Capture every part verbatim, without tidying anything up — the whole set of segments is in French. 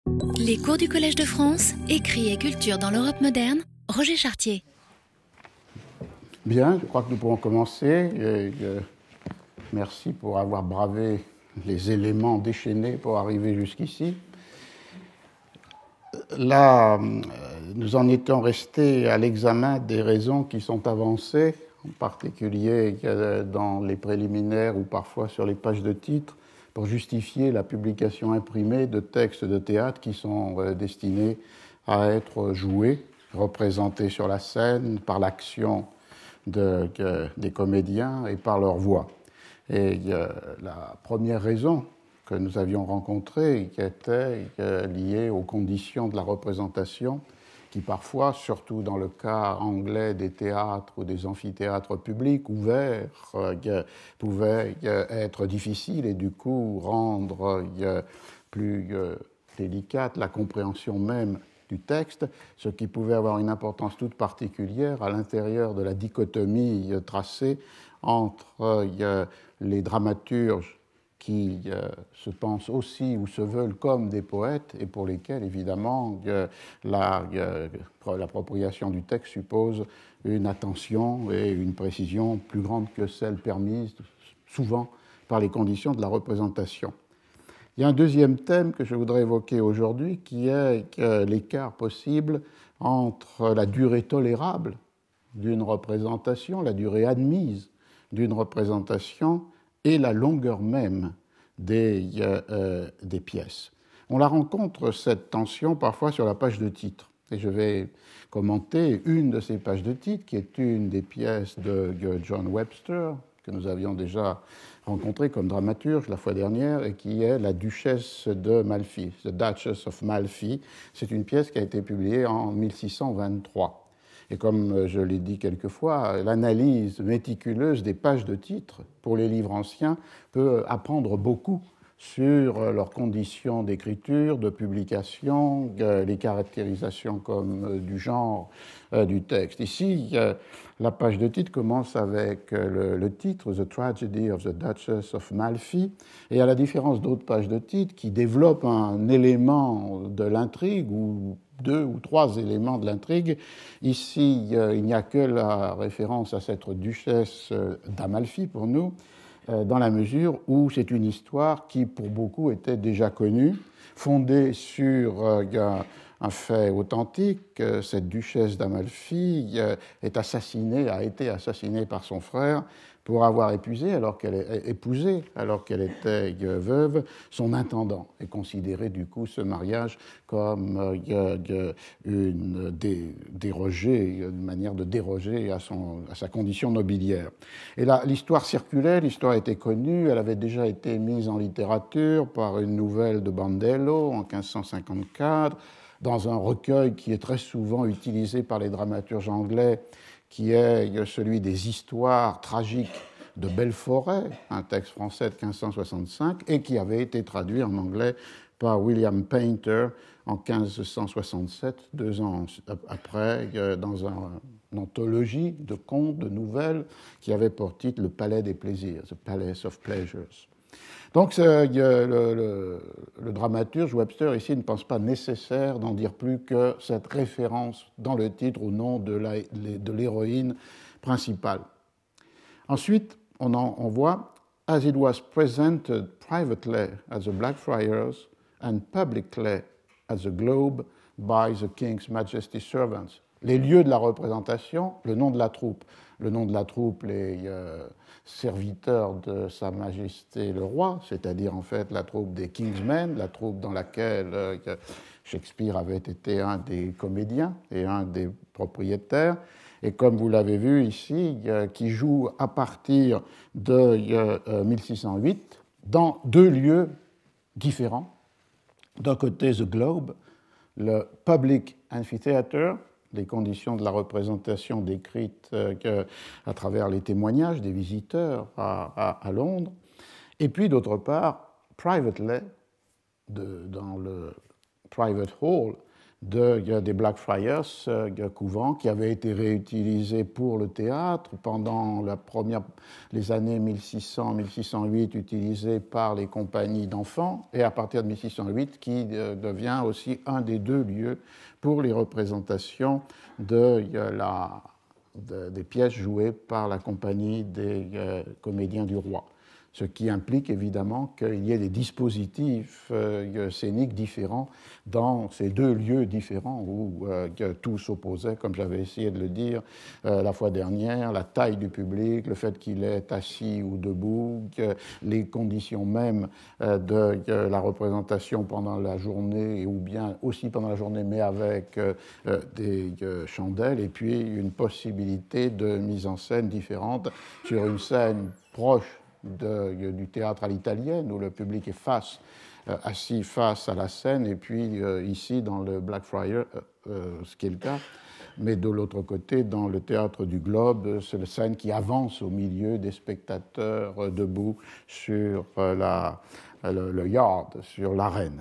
Les cours du Collège de France, écrit et culture dans l'Europe moderne, Roger Chartier. Bien, je crois que nous pourrons commencer. Et, euh, merci pour avoir bravé les éléments déchaînés pour arriver jusqu'ici. Là, euh, nous en étions restés à l'examen des raisons qui sont avancées, en particulier euh, dans les préliminaires ou parfois sur les pages de titre, pour justifier la publication imprimée de textes de théâtre qui sont euh, destinés à être joués, représentés sur la scène par l'action de, de, des comédiens et par leur voix. Et euh, la première raison que nous avions rencontrée, qui était euh, liée aux conditions de la représentation, qui parfois, surtout dans le cas anglais des théâtres ou des amphithéâtres publics ouverts, euh, pouvaient euh, être difficiles et du coup rendre euh, plus euh, délicate la compréhension même du texte, ce qui pouvait avoir une importance toute particulière à l'intérieur de la dichotomie euh, tracée entre euh, les dramaturges qui euh, se pensent aussi ou se veulent comme des poètes et pour lesquels, évidemment, euh, la, euh, l'appropriation du texte suppose une attention et une précision plus grande que celle permise souvent par les conditions de la représentation. Il y a un deuxième thème que je voudrais évoquer aujourd'hui qui est l'écart possible entre la durée tolérable d'une représentation, la durée admise d'une représentation et la longueur même des, euh, des pièces. On la rencontre, cette tension, parfois sur la page de titre. Et je vais commenter une de ces pages de titre, qui est une des pièces de John Webster, que nous avions déjà rencontrée comme dramaturge la fois dernière, et qui est La Duchesse de Malfi, The Duchess of Malfi. C'est une pièce qui a été publiée en mille six cent vingt-trois. Et comme je l'ai dit quelquefois, l'analyse méticuleuse des pages de titres pour les livres anciens peut apprendre beaucoup sur leurs conditions d'écriture, de publication, les caractérisations comme du genre du texte. Ici, la page de titre commence avec le, le titre « The Tragedy of the Duchess of Malfi », et à la différence d'autres pages de titre qui développent un élément de l'intrigue ou deux ou trois éléments de l'intrigue. Ici, euh, il n'y a que la référence à cette duchesse euh, d'Amalfi pour nous, euh, dans la mesure où c'est une histoire qui, pour beaucoup, était déjà connue, fondée sur euh, un, un fait authentique. Euh, cette duchesse d'Amalfi euh, est assassinée, a été assassinée par son frère pour avoir épousé, alors qu'elle est épousée, alors qu'elle était euh, veuve, son intendant, et considéré du coup ce mariage comme euh, une dé, dérogée, une manière de déroger à, son, à sa condition nobiliaire. Et là, l'histoire circulait, l'histoire était connue, elle avait déjà été mise en littérature par une nouvelle de Bandello en quinze cent cinquante-quatre, dans un recueil qui est très souvent utilisé par les dramaturges anglais, qui est celui des histoires tragiques de Belforêt, un texte français de quinze cent soixante-cinq, et qui avait été traduit en anglais par William Painter en quinze cent soixante-sept, deux ans après, dans un, une anthologie de contes, de nouvelles, qui avait pour titre « Le Palais des Plaisirs », « The Palace of Pleasures ». Donc le, le, le dramaturge Webster ici ne pense pas nécessaire d'en dire plus que cette référence dans le titre au nom de, la, de l'héroïne principale. Ensuite, on, en, on voit « As it was presented privately at the Blackfriars and publicly at the Globe by the King's Majesty's servants ». Les lieux de la représentation, le nom de la troupe. Le nom de la troupe, les euh, serviteurs de Sa Majesté le Roi, c'est-à-dire en fait la troupe des Kingsmen, la troupe dans laquelle euh, Shakespeare avait été un des comédiens et un des propriétaires. Et comme vous l'avez vu ici, euh, qui joue à partir de euh, mille six cent huit dans deux lieux différents. D'un côté, The Globe, le Public Amphitheatre, les conditions de la représentation décrites euh, à travers les témoignages des visiteurs à, à, à Londres. Et puis, d'autre part, Privately, de, dans le Private Hall, de, des Blackfriars euh, couvent qui avait été réutilisé pour le théâtre pendant la première, les années mille six cents à mille six cent huit, utilisé par les compagnies d'enfants, et à partir de mille six cent huit qui euh, devient aussi un des deux lieux pour les représentations de, euh, la, de, des pièces jouées par la compagnie des euh, comédiens du roi. Ce qui implique évidemment qu'il y ait des dispositifs euh, scéniques différents dans ces deux lieux différents où euh, tout s'opposait, comme j'avais essayé de le dire euh, la fois dernière, la taille du public, le fait qu'il est assis ou debout, que les conditions mêmes euh, de euh, la représentation pendant la journée, ou bien aussi pendant la journée, mais avec euh, des euh, chandelles, et puis une possibilité de mise en scène différente sur une scène proche De, du théâtre à l'italienne, où le public est face, euh, assis face à la scène, et puis euh, ici dans le Blackfriars, euh, euh, ce qui est le cas, mais de l'autre côté, dans le théâtre du Globe, c'est la scène qui avance au milieu des spectateurs euh, debout sur euh, la, le, le yard, sur l'arène.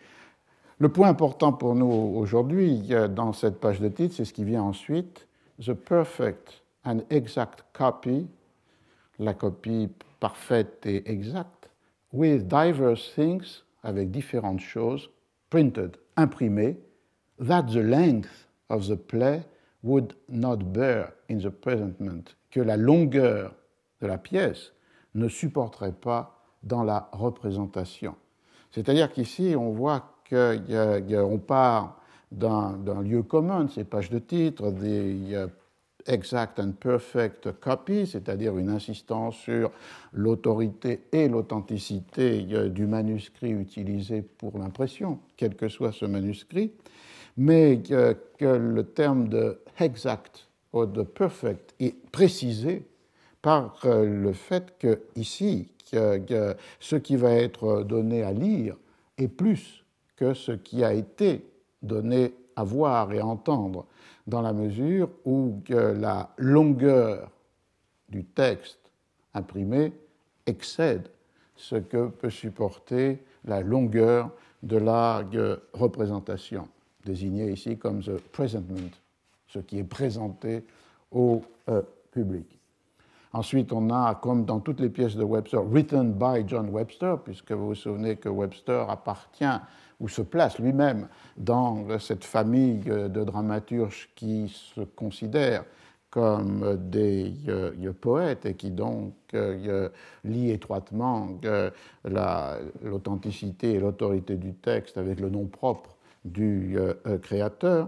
Le point important pour nous aujourd'hui, dans cette page de titre, c'est ce qui vient ensuite, The perfect and exact copy, la copie parfaite et exacte, with diverse things, avec différentes choses, printed, imprimées, that the length of the play would not bear in the presentment, que la longueur de la pièce ne supporterait pas dans la représentation. C'est-à-dire qu'ici, on voit qu'on part d'un, d'un lieu commun de ces pages de titre, des exact and perfect copy, c'est-à-dire une insistance sur l'autorité et l'authenticité du manuscrit utilisé pour l'impression, quel que soit ce manuscrit, mais que, que le terme de exact ou de perfect est précisé par le fait que ici, que, que ce qui va être donné à lire est plus que ce qui a été donné à voir et à entendre, dans la mesure où la longueur du texte imprimé excède ce que peut supporter la longueur de la représentation, désignée ici comme the presentment, ce qui est présenté au euh, public. Ensuite, on a, comme dans toutes les pièces de Webster, written by John Webster, puisque vous vous souvenez que Webster appartient ou se place lui-même dans cette famille de dramaturges qui se considèrent comme des euh, poètes et qui donc euh, lient étroitement euh, la, l'authenticité et l'autorité du texte avec le nom propre du euh, créateur.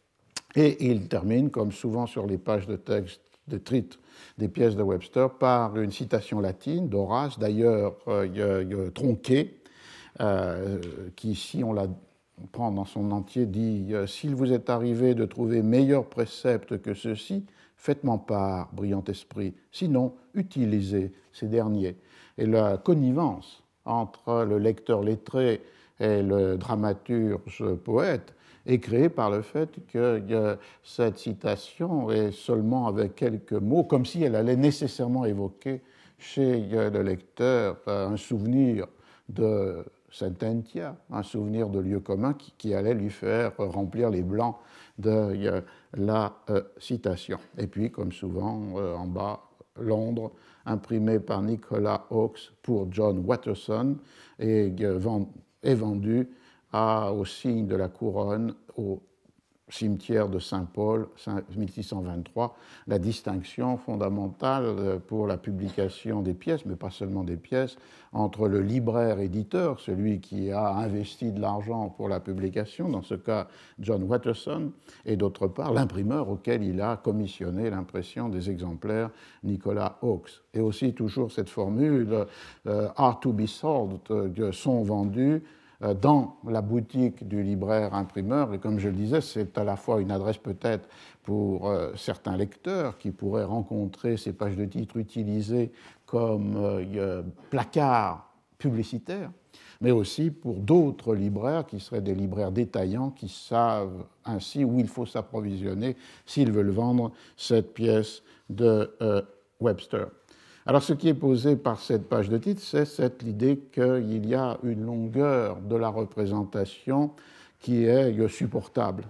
Et il termine, comme souvent sur les pages de texte de titre des pièces de Webster, par une citation latine d'Horace, d'ailleurs euh, tronquée, Euh, qui, si on la prend dans son entier, dit euh, « S'il vous est arrivé de trouver meilleur précepte que ceci, faites-m'en part, brillant esprit, sinon utilisez ces derniers. » Et la connivence entre le lecteur lettré et le dramaturge poète est créée par le fait que euh, cette citation est seulement avec quelques mots, comme si elle allait nécessairement évoquer chez euh, le lecteur euh, un souvenir de Sententia, un souvenir de lieu commun qui, qui allait lui faire remplir les blancs de euh, la euh, citation. Et puis, comme souvent, euh, en bas, Londres, imprimé par Nicolas Hawkes pour John Watterson et euh, vend, est vendu à, au signe de la couronne au cimetière de Saint-Paul, mille six cent vingt-trois, la distinction fondamentale pour la publication des pièces, mais pas seulement des pièces, entre le libraire-éditeur, celui qui a investi de l'argent pour la publication, dans ce cas John Watterson, et d'autre part l'imprimeur auquel il a commissionné l'impression des exemplaires, Nicolas Hawkes. Et aussi toujours cette formule euh, « are to be sold » euh, sont vendus dans la boutique du libraire-imprimeur. Et comme je le disais, c'est à la fois une adresse peut-être pour euh, certains lecteurs qui pourraient rencontrer ces pages de titres utilisées comme euh, placards publicitaires, mais aussi pour d'autres libraires qui seraient des libraires détaillants qui savent ainsi où il faut s'approvisionner s'ils veulent vendre cette pièce de euh, Webster. Alors, ce qui est posé par cette page de titre, c'est cette idée qu'il y a une longueur de la représentation qui est supportable.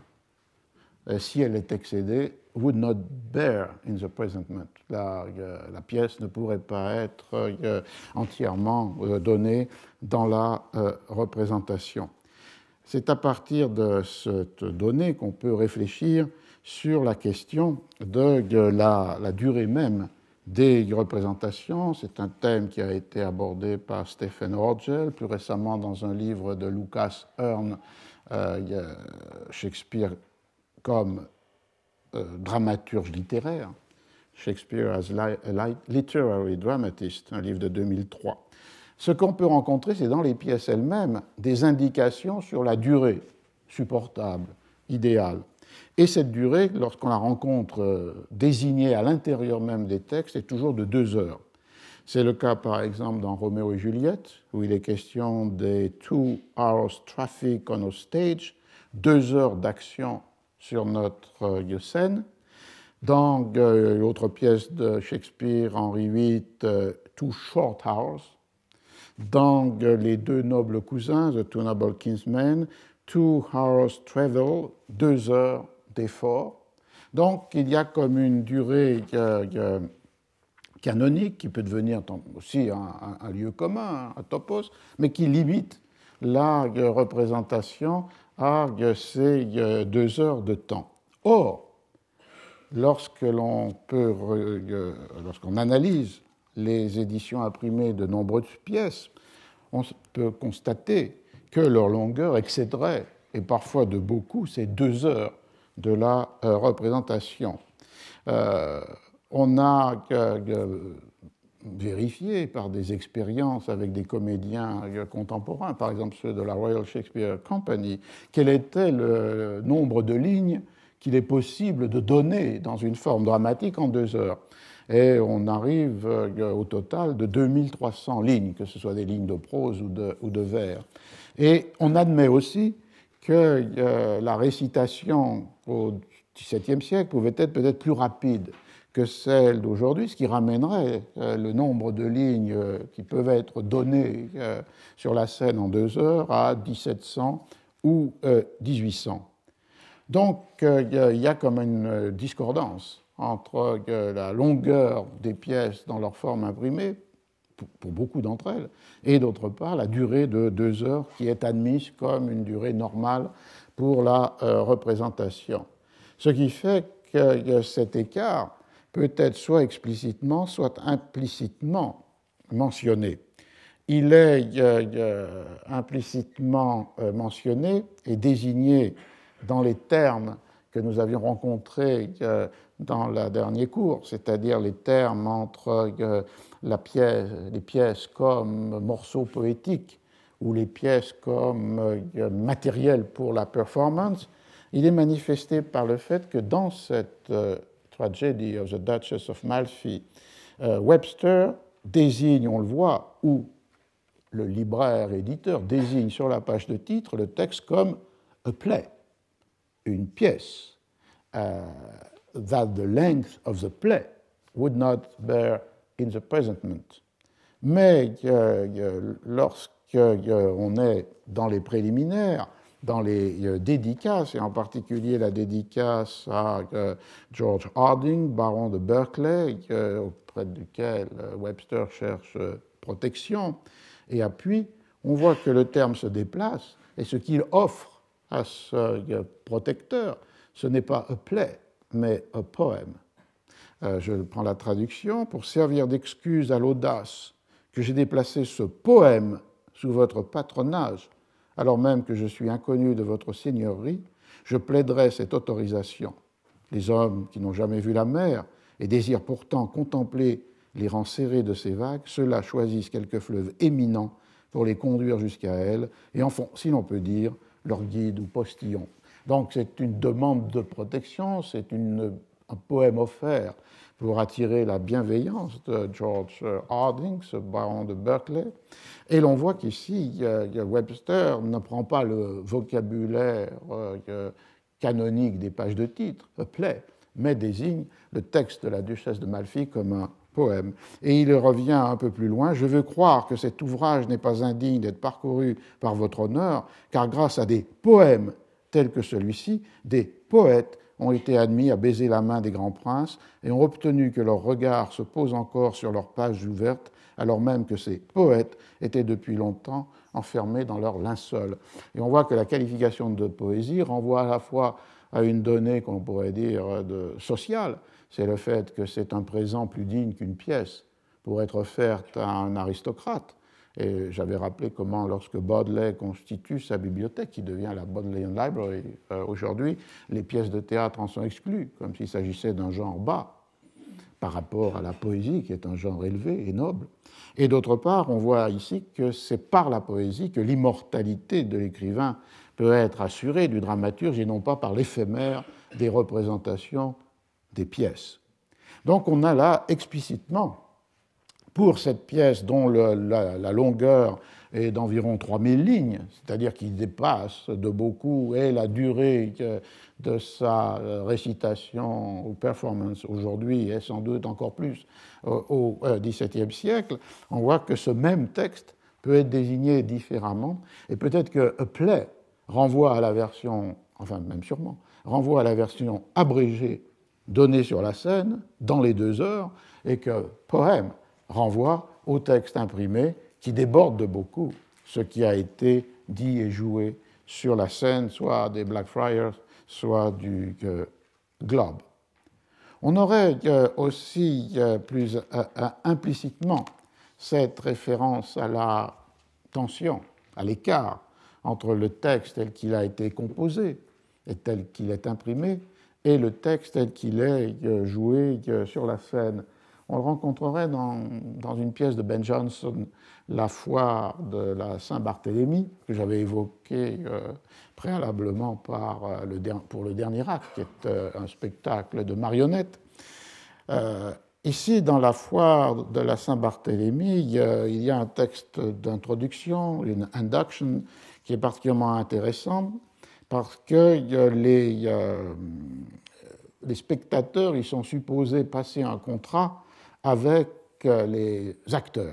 Si elle est excédée, would not bear in the presentment. La, la pièce ne pourrait pas être entièrement donnée dans la représentation. C'est à partir de cette donnée qu'on peut réfléchir sur la question de la, la durée même des représentations. C'est un thème qui a été abordé par Stephen Orgel, plus récemment dans un livre de Lucas Hearn, euh, Shakespeare comme euh, dramaturge littéraire, Shakespeare as a Literary Dramatist, un livre de deux mille trois. Ce qu'on peut rencontrer, c'est dans les pièces elles-mêmes des indications sur la durée supportable, idéale. Et cette durée, lorsqu'on la rencontre désignée à l'intérieur même des textes, est toujours de deux heures. C'est le cas, par exemple, dans Roméo et Juliette, où il est question des two hours traffic on a stage, deux heures d'action sur notre scène. Dans euh, l'autre pièce de Shakespeare, Henri huit, euh, Two Short Hours. Dans euh, Les deux nobles cousins, The Two Noble Kinsmen, Two Hours Travel, deux heures d'effort. Donc, il y a comme une durée euh, euh, canonique qui peut devenir aussi un, un, un lieu commun, un topos, mais qui limite la euh, représentation à euh, ces euh, deux heures de temps. Or, lorsque l'on peut, euh, lorsqu'on analyse les éditions imprimées de nombreuses pièces, on peut constater que leur longueur excéderait, et parfois de beaucoup, ces deux heures de la euh, représentation. Euh, on a euh, vérifié par des expériences avec des comédiens contemporains, par exemple ceux de la Royal Shakespeare Company, quel était le nombre de lignes qu'il est possible de donner dans une forme dramatique en deux heures. Et on arrive au total de deux mille trois cents lignes, que ce soit des lignes de prose ou de, ou de vers. Et on admet aussi que euh, la récitation au dix-septième siècle pouvait être peut-être plus rapide que celle d'aujourd'hui, ce qui ramènerait euh, le nombre de lignes euh, qui peuvent être données euh, sur la scène en deux heures à dix-sept cents ou euh, dix-huit cents. Donc, euh, il y a comme une discordance entre euh, la longueur des pièces dans leur forme imprimée, pour, pour beaucoup d'entre elles, et d'autre part la durée de deux heures qui est admise comme une durée normale pour la euh, représentation. Ce qui fait que euh, cet écart peut être soit explicitement, soit implicitement mentionné. Il est euh, euh, implicitement euh, mentionné et désigné dans les termes que nous avions rencontrés euh, dans le dernier cours, c'est-à-dire les termes entre euh, la pièce, les pièces comme morceaux poétiques ou les pièces comme euh, matériel pour la performance. Il est manifesté par le fait que dans cette euh, Tragedy of the Duchess of Malfi, euh, Webster désigne, on le voit, ou le libraire éditeur désigne sur la page de titre le texte comme a play, une pièce, uh, that the length of the play would not bear in the presentment. Mais euh, lorsqu'on est dans les préliminaires, dans les euh, dédicaces, et en particulier la dédicace à euh, George Harding, baron de Berkeley, euh, auprès duquel euh, Webster cherche euh, protection et appui, on voit que le terme se déplace, et ce qu'il offre à ce euh, protecteur, ce n'est pas a play, mais a poem. Euh, je prends la traduction. Pour servir d'excuse à l'audace que j'ai déplacé ce poème sous votre patronage, alors même que je suis inconnu de votre seigneurie, je plaiderai cette autorisation. Les hommes qui n'ont jamais vu la mer et désirent pourtant contempler les rangs serrés de ces vagues, ceux-là choisissent quelques fleuves éminents pour les conduire jusqu'à elles et en font, si l'on peut dire, leur guide ou postillon. Donc c'est une demande de protection, c'est une, un poème offert pour attirer la bienveillance de George Harding, ce baron de Berkeley. Et l'on voit qu'ici, Webster ne prend pas le vocabulaire canonique des pages de titre, a play, mais désigne le texte de la duchesse de Malfi comme un poème. Et il revient un peu plus loin. « Je veux croire que cet ouvrage n'est pas indigne d'être parcouru par votre honneur, car grâce à des poèmes tels que celui-ci, des poètes ont été admis à baiser la main des grands princes et ont obtenu que leur regard se pose encore sur leurs pages ouvertes, alors même que ces poètes étaient depuis longtemps enfermés dans leur linceul. » Et on voit que la qualification de poésie renvoie à la fois à une donnée qu'on pourrait dire de sociale, c'est le fait que c'est un présent plus digne qu'une pièce pour être offerte à un aristocrate. Et j'avais rappelé comment, lorsque Bodley constitue sa bibliothèque, qui devient la Bodleian Library euh, aujourd'hui, les pièces de théâtre en sont exclues, comme s'il s'agissait d'un genre bas par rapport à la poésie, qui est un genre élevé et noble. Et d'autre part, on voit ici que c'est par la poésie que l'immortalité de l'écrivain peut être assurée, du dramaturge, et non pas par l'éphémère des représentations des pièces. Donc on a là explicitement, pour cette pièce dont le, la, la longueur est d'environ trois mille lignes, c'est-à-dire qui dépasse de beaucoup, et la durée de sa récitation ou performance aujourd'hui est sans doute encore plus au dix-septième siècle, on voit que ce même texte peut être désigné différemment, et peut-être que a play renvoie à la version, enfin même sûrement, renvoie à la version abrégée donnée sur la scène dans les deux heures, et que poème renvoie au texte imprimé qui déborde de beaucoup ce qui a été dit et joué sur la scène, soit des Blackfriars, soit du euh, Globe. On aurait euh, aussi euh, plus euh, euh, implicitement cette référence à la tension, à l'écart entre le texte tel qu'il a été composé et tel qu'il est imprimé et le texte tel qu'il est euh, joué euh, sur la scène. On le rencontrerait dans, dans une pièce de Ben Jonson, La foire de la Saint-Barthélemy, que j'avais évoquée euh, préalablement par, euh, le, pour le dernier acte, qui est euh, un spectacle de marionnettes. Euh, ici, dans La foire de la Saint-Barthélemy, euh, il y a un texte d'introduction, une induction, qui est particulièrement intéressant, parce que euh, les, euh, les spectateurs ils sont supposés passer un contrat avec les acteurs.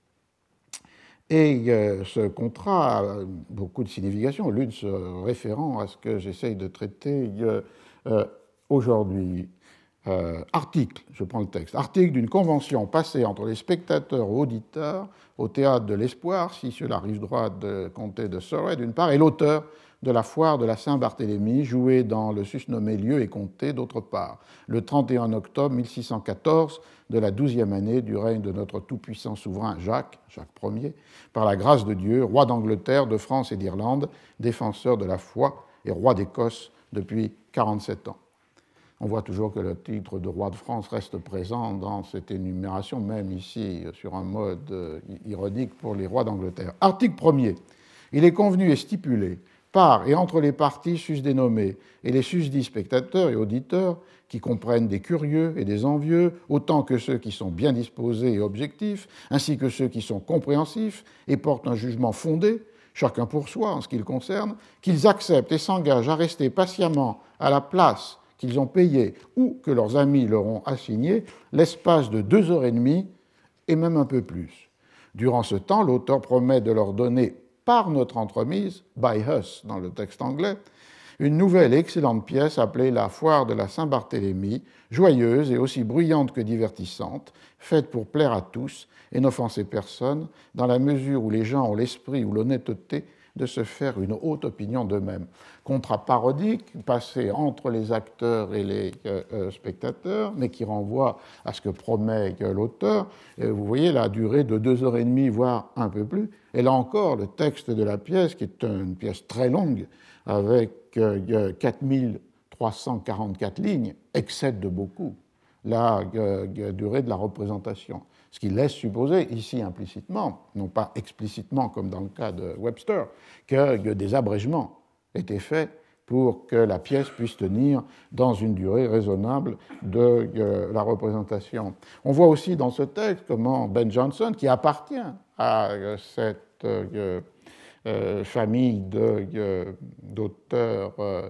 Et euh, ce contrat a beaucoup de significations, l'une se référant à ce que j'essaye de traiter euh, euh, aujourd'hui. Euh, article, je prends le texte, article d'une convention passée entre les spectateurs et auditeurs au théâtre de l'Espoir, si cela arrive droit de comté de Surrey, d'une part, et l'auteur de la foire de la Saint-Barthélemy, jouée dans le susnommé lieu et comté, d'autre part, le trente et un octobre mille six cent quatorze de la douzième année du règne de notre tout-puissant souverain Jacques, Jacques Ier, par la grâce de Dieu, roi d'Angleterre, de France et d'Irlande, défenseur de la foi et roi d'Écosse depuis quarante-sept ans. On voit toujours que le titre de roi de France reste présent dans cette énumération, même ici sur un mode ironique pour les rois d'Angleterre. Article premier. Il est convenu et stipulé par et entre les parties susdénommées et les susdits spectateurs et auditeurs, qui comprennent des curieux et des envieux, autant que ceux qui sont bien disposés et objectifs, ainsi que ceux qui sont compréhensifs et portent un jugement fondé, chacun pour soi en ce qui le concerne, qu'ils acceptent et s'engagent à rester patiemment à la place qu'ils ont payé ou que leurs amis leur ont assigné l'espace de deux heures et demie et même un peu plus. Durant ce temps, l'auteur promet de leur donner par notre entremise, by us dans le texte anglais, une nouvelle et excellente pièce appelée La foire de la Saint-Barthélemy, joyeuse et aussi bruyante que divertissante, faite pour plaire à tous et n'offenser personne, dans la mesure où les gens ont l'esprit ou l'honnêteté de se faire une haute opinion d'eux-mêmes. Contrat parodique passé entre les acteurs et les euh, spectateurs, mais qui renvoie à ce que promet l'auteur. Et vous voyez la durée de deux heures et demie, voire un peu plus. Et là encore, le texte de la pièce, qui est une pièce très longue, avec euh, quatre mille trois cent quarante-quatre lignes, excède de beaucoup la euh, durée de la représentation. Ce qui laisse supposer, ici implicitement, non pas explicitement comme dans le cas de Webster, que des abrègements étaient faits pour que la pièce puisse tenir dans une durée raisonnable de euh, la représentation. On voit aussi dans ce texte comment Ben Jonson, qui appartient à euh, cette euh, euh, famille de, euh, d'auteurs euh,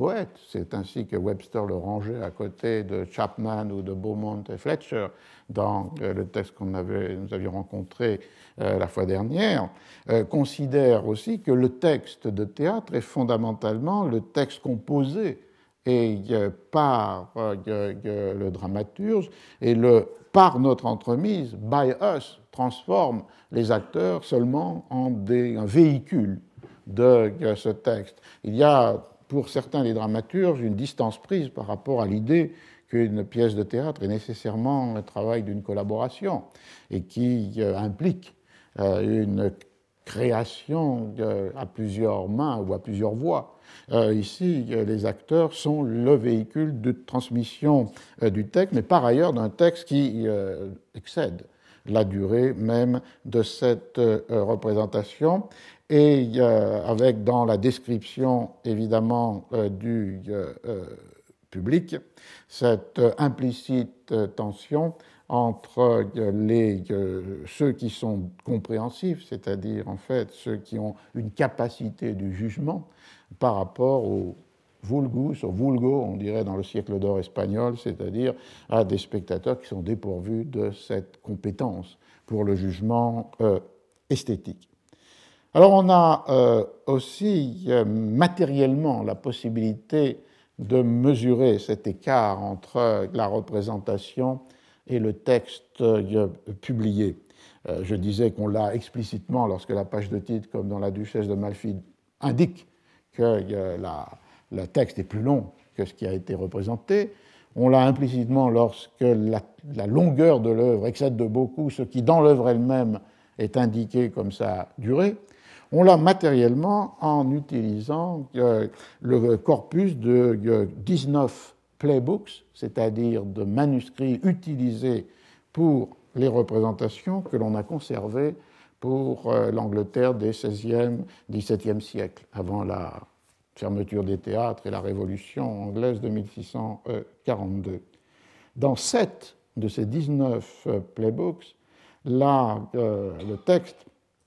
poètes. C'est ainsi que Webster le rangeait à côté de Chapman ou de Beaumont et Fletcher dans le texte qu'on avait, nous avions rencontré euh, la fois dernière, euh, considère aussi que le texte de théâtre est fondamentalement le texte composé et euh, par euh, le dramaturge, et le par notre entremise, by us, transforme les acteurs seulement en des, un véhicule de euh, ce texte. Il y a pour certains des dramaturges une distance prise par rapport à l'idée qu'une pièce de théâtre est nécessairement le travail d'une collaboration et qui euh, implique euh, une création euh, à plusieurs mains ou à plusieurs voix. Euh, ici, les acteurs sont le véhicule de transmission euh, du texte, mais par ailleurs d'un texte qui euh, excède la durée même de cette euh, représentation, et euh, avec dans la description évidemment euh, du euh, public cette euh, implicite euh, tension entre les, euh, ceux qui sont compréhensifs, c'est-à-dire en fait ceux qui ont une capacité du jugement, par rapport aux vulgus, aux vulgo, on dirait dans le siècle d'or espagnol, c'est-à-dire à des spectateurs qui sont dépourvus de cette compétence pour le jugement euh, esthétique. Alors on a euh, aussi euh, matériellement la possibilité de mesurer cet écart entre la représentation et le texte euh, publié. Euh, je disais qu'on l'a explicitement lorsque la page de titre, comme dans La Duchesse de Malfi, indique que euh, la, le texte est plus long que ce qui a été représenté. On l'a implicitement lorsque la, la longueur de l'œuvre excède de beaucoup ce qui, dans l'œuvre elle-même, est indiqué comme sa durée. On l'a matériellement en utilisant euh, le corpus de euh, dix-neuf playbooks, c'est-à-dire de manuscrits utilisés pour les représentations que l'on a conservées pour euh, l'Angleterre des seizième, dix-septième siècles, avant la fermeture des théâtres et la Révolution anglaise de mille six cent quarante-deux. Dans sept de ces dix-neuf euh, playbooks, là, euh, le texte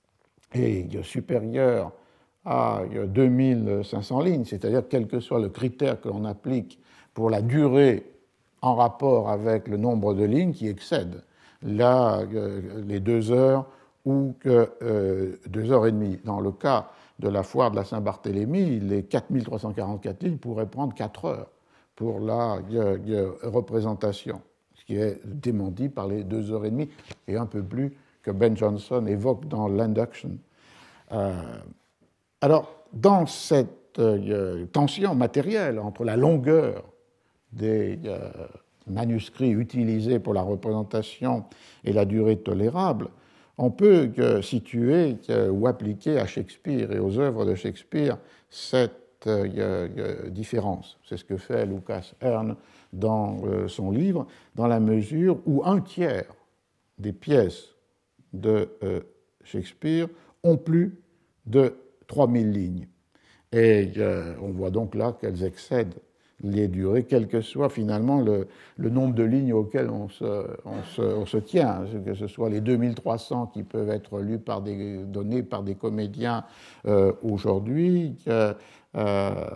est supérieur à deux mille cinq cents lignes, c'est-à-dire quel que soit le critère que l'on applique pour la durée en rapport avec le nombre de lignes qui excède là, les deux heures ou que, euh, deux heures et demie. Dans le cas de la foire de la Saint-Barthélemy, les quatre mille trois cent quarante-quatre lignes pourraient prendre quatre heures pour la euh, euh, représentation, ce qui est démenti par les deux heures et demie et un peu plus que Ben Jonson évoque dans l'Induction. Euh, alors, dans cette euh, tension matérielle entre la longueur des euh, manuscrits utilisés pour la représentation et la durée tolérable, on peut euh, situer euh, ou appliquer à Shakespeare et aux œuvres de Shakespeare cette euh, euh, différence. C'est ce que fait Lucas Hearn dans euh, son livre, dans la mesure où un tiers des pièces de euh, Shakespeare ont plus de trois mille lignes. Et euh, on voit donc là qu'elles excèdent les durées, quel que soit finalement le, le nombre de lignes auxquelles on se, on se, on se tient, que ce soit les deux mille trois cents qui peuvent être lus par des, donnés par des comédiens euh, aujourd'hui, euh, euh,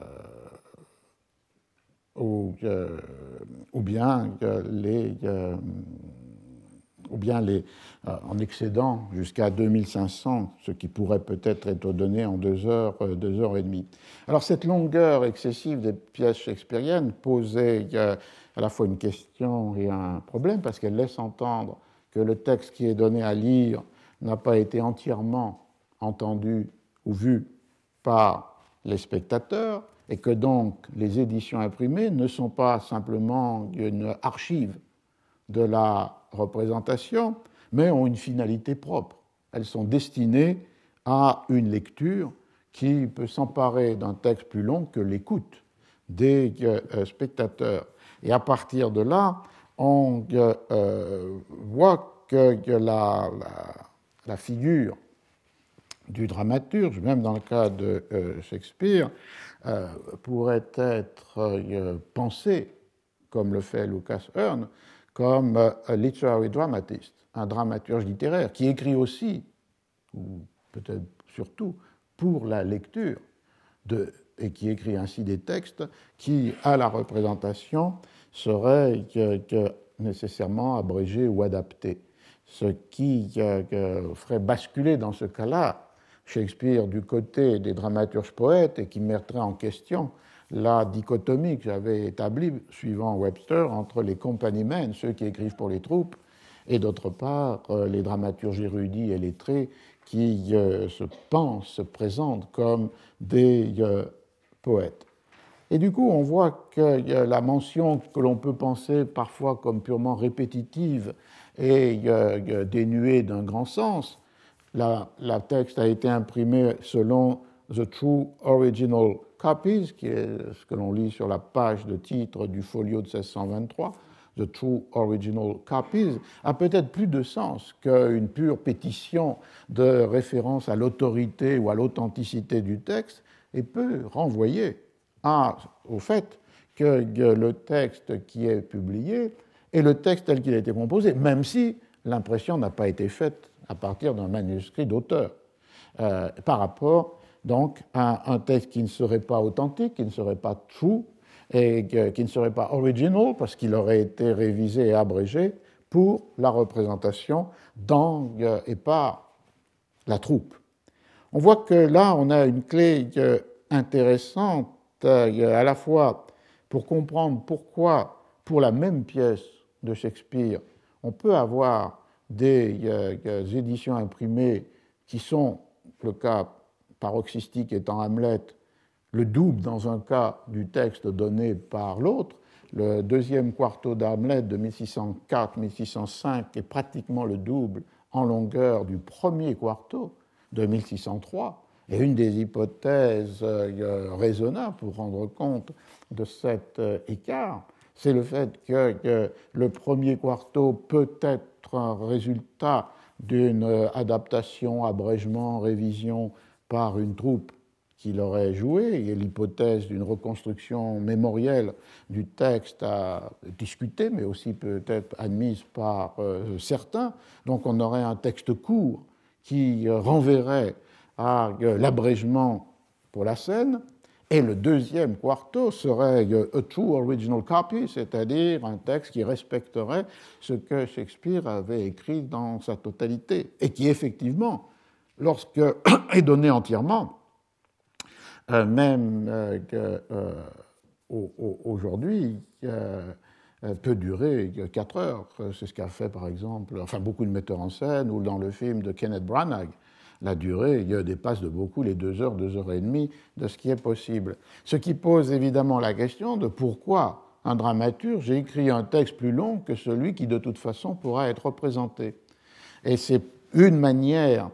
ou, euh, ou bien les... Euh, ou bien les, euh, en excédant jusqu'à deux mille cinq cents, ce qui pourrait peut-être être donné en deux heures, euh, deux heures et demie. Alors cette longueur excessive des pièces shakespeariennes posait euh, à la fois une question et un problème, parce qu'elle laisse entendre que le texte qui est donné à lire n'a pas été entièrement entendu ou vu par les spectateurs, et que donc les éditions imprimées ne sont pas simplement une archive de la représentation, mais ont une finalité propre. Elles sont destinées à une lecture qui peut s'emparer d'un texte plus long que l'écoute des euh, spectateurs. Et à partir de là, on euh, voit que, que la, la, la figure du dramaturge, même dans le cas de euh, Shakespeare, euh, pourrait être euh, pensée, comme le fait Lucas Hearn, comme un literary dramatist, un dramaturge littéraire, qui écrit aussi, ou peut-être surtout, pour la lecture de et qui écrit ainsi des textes qui, à la représentation, seraient que, que nécessairement abrégés ou adaptés. Ce qui que, que ferait basculer dans ce cas-là Shakespeare du côté des dramaturges poètes et qui mettrait en question la dichotomie que j'avais établie, suivant Webster, entre les company men, ceux qui écrivent pour les troupes, et d'autre part les dramaturges érudits et lettrés qui euh, se pensent, se présentent comme des euh, poètes. Et du coup, on voit que euh, la mention que l'on peut penser parfois comme purement répétitive et euh, dénuée d'un grand sens, la, la texte a été imprimé selon The True Original Copies, qui est ce que l'on lit sur la page de titre du folio de seize cent vingt-trois, The True Original Copies, a peut-être plus de sens qu'une pure pétition de référence à l'autorité ou à l'authenticité du texte et peut renvoyer à, au fait que le texte qui est publié est le texte tel qu'il a été composé, même si l'impression n'a pas été faite à partir d'un manuscrit d'auteur, euh, par rapport donc à un texte qui ne serait pas authentique, qui ne serait pas true, et qui ne serait pas original, parce qu'il aurait été révisé et abrégé pour la représentation dans et par la troupe. On voit que là, on a une clé intéressante, à la fois pour comprendre pourquoi, pour la même pièce de Shakespeare, on peut avoir des euh, éditions imprimées qui sont, le cas paroxystique étant Hamlet, le double dans un cas du texte donné par l'autre. Le deuxième quarto d'Hamlet de mille six cent quatre à mille six cent cinq est pratiquement le double en longueur du premier quarto de mille six cent trois. Et une des hypothèses euh, raisonnables pour rendre compte de cet euh, écart, c'est le fait que, que le premier quarto peut être un résultat d'une adaptation, abrégement, révision par une troupe qui l'aurait joué. Il y a l'hypothèse d'une reconstruction mémorielle du texte à discuter, mais aussi peut-être admise par euh, certains. Donc on aurait un texte court qui euh, renverrait à euh, l'abrégement pour la scène. Et le deuxième quarto serait a true original copy, c'est-à-dire un texte qui respecterait ce que Shakespeare avait écrit dans sa totalité, et qui effectivement, lorsque est donné entièrement, euh, même euh, que, euh, aujourd'hui, euh, peut durer quatre heures. C'est ce qu'a fait par exemple, enfin beaucoup de metteurs en scène, ou dans le film de Kenneth Branagh, la durée dépasse de beaucoup les deux heures, deux heures et demie de ce qui est possible. Ce qui pose évidemment la question de pourquoi un dramaturge a écrit un texte plus long que celui qui de toute façon pourra être représenté. Et c'est une manière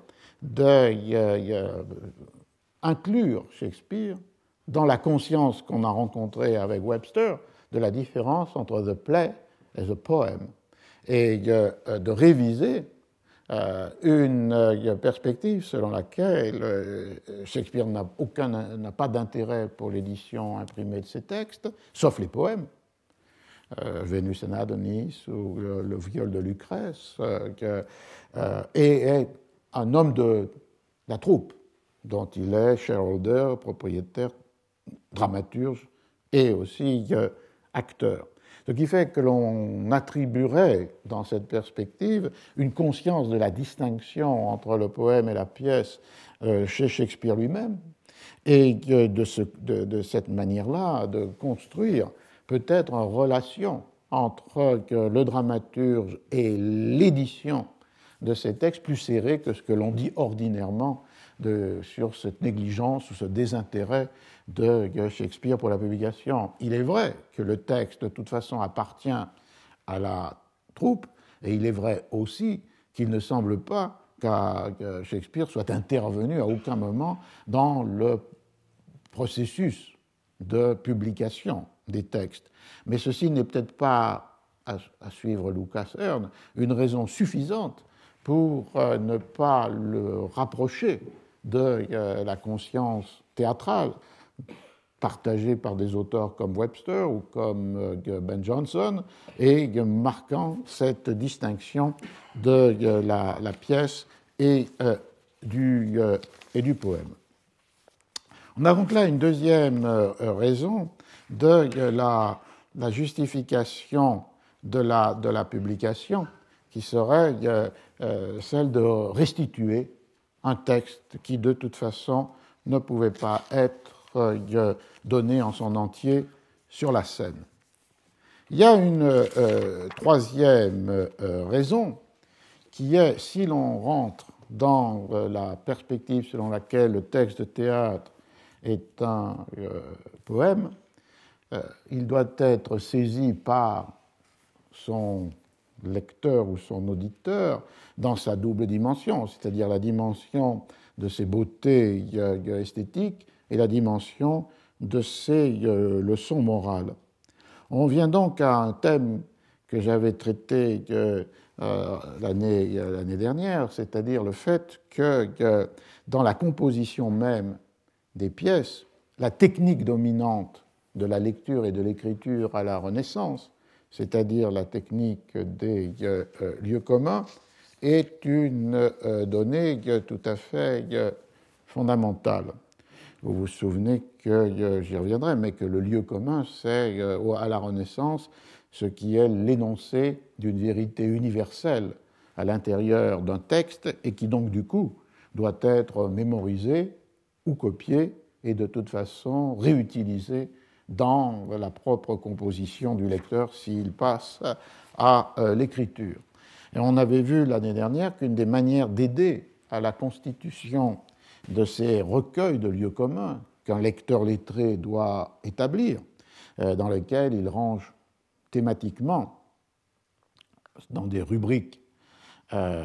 d'inclure Shakespeare dans la conscience qu'on a rencontrée avec Webster de la différence entre the play et the poem, et de réviser Euh, une euh, perspective selon laquelle euh, Shakespeare n'a, aucun, n'a pas d'intérêt pour l'édition imprimée de ses textes, sauf les poèmes, euh, Vénus et Adonis ou le, le viol de Lucrèce, euh, que, euh, et est un homme de la troupe, dont il est shareholder, propriétaire, dramaturge et aussi euh, acteur. Ce qui fait que l'on attribuerait, dans cette perspective, une conscience de la distinction entre le poème et la pièce euh, chez Shakespeare lui-même, et de, ce, de, de cette manière-là de construire peut-être une relation entre le dramaturge et l'édition de ces textes plus serrée que ce que l'on dit ordinairement de, sur cette négligence ou ce désintérêt de Shakespeare pour la publication. Il est vrai que le texte, de toute façon, appartient à la troupe, et il est vrai aussi qu'il ne semble pas que Shakespeare soit intervenu à aucun moment dans le processus de publication des textes. Mais ceci n'est peut-être pas, à, à suivre Lucas Hearn, une raison suffisante pour euh, ne pas le rapprocher de euh, la conscience théâtrale partagée par des auteurs comme Webster ou comme euh, Ben Jonson, et euh, marquant cette distinction de euh, la, la pièce et, euh, du, euh, et du poème. On a donc là une deuxième raison de la, la justification de la, de la publication, qui serait euh, euh, celle de restituer un texte qui, de toute façon, ne pouvait pas être euh, donné en son entier sur la scène. Il y a une euh, troisième euh, raison, qui est, si l'on rentre dans euh, la perspective selon laquelle le texte de théâtre est un euh, poème, euh, il doit être saisi par son lecteur ou son auditeur dans sa double dimension, c'est-à-dire la dimension de ses beautés euh, esthétiques et la dimension de ses euh, leçons morales. On vient donc à un thème que j'avais traité euh, l'année, l'année dernière, c'est-à-dire le fait que, que dans la composition même des pièces, la technique dominante de la lecture et de l'écriture à la Renaissance, c'est-à-dire la technique des euh, lieux communs, est une euh, donnée euh, tout à fait euh, fondamentale. Vous vous souvenez que, euh, j'y reviendrai, mais que le lieu commun, c'est euh, à la Renaissance ce qui est l'énoncé d'une vérité universelle à l'intérieur d'un texte et qui donc du coup doit être mémorisé ou copié et de toute façon réutilisé dans la propre composition du lecteur s'il passe à euh, l'écriture. Et on avait vu l'année dernière qu'une des manières d'aider à la constitution de ces recueils de lieux communs qu'un lecteur lettré doit établir, euh, dans lesquels il range thématiquement, dans des rubriques, euh,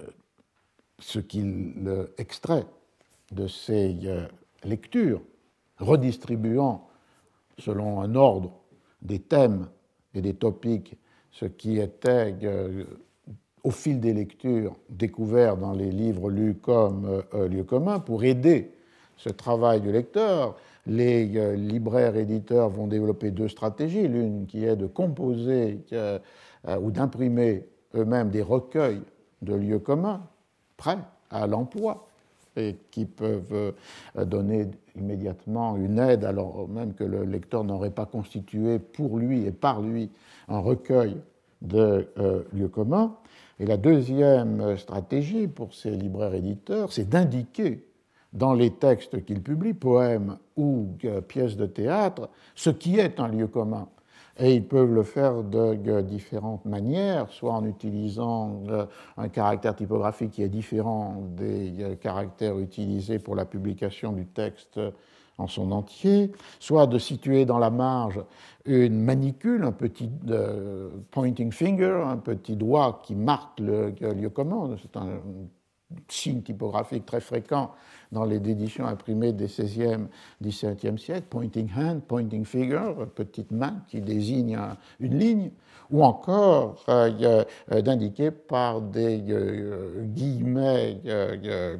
ce qu'il extrait de ces euh, lectures, redistribuant selon un ordre des thèmes et des topics ce qui était euh, au fil des lectures découvert dans les livres lus comme euh, lieux communs pour aider ce travail du lecteur. Les euh, libraires éditeurs vont développer deux stratégies, l'une qui est de composer euh, euh, ou d'imprimer eux-mêmes des recueils de lieux communs prêts à l'emploi et qui peuvent euh, donner immédiatement une aide alors même que le lecteur n'aurait pas constitué pour lui et par lui un recueil de euh, lieux communs. Et la deuxième stratégie pour ces libraires éditeurs, c'est d'indiquer dans les textes qu'ils publient, poèmes ou euh, pièces de théâtre, ce qui est un lieu commun. Et ils peuvent le faire de, de différentes manières, soit en utilisant euh, un caractère typographique qui est différent des euh, caractères utilisés pour la publication du texte en son entier, soit de situer dans la marge une manicule, un petit euh, pointing finger, un petit doigt qui marque le, le lieu commun. C'est un signe typographique très fréquent dans les éditions imprimées des seizième, dix-septième siècles, pointing hand, pointing figure, petite main qui désigne une ligne, ou encore euh, euh, d'indiquer par des euh, guillemets, euh, euh,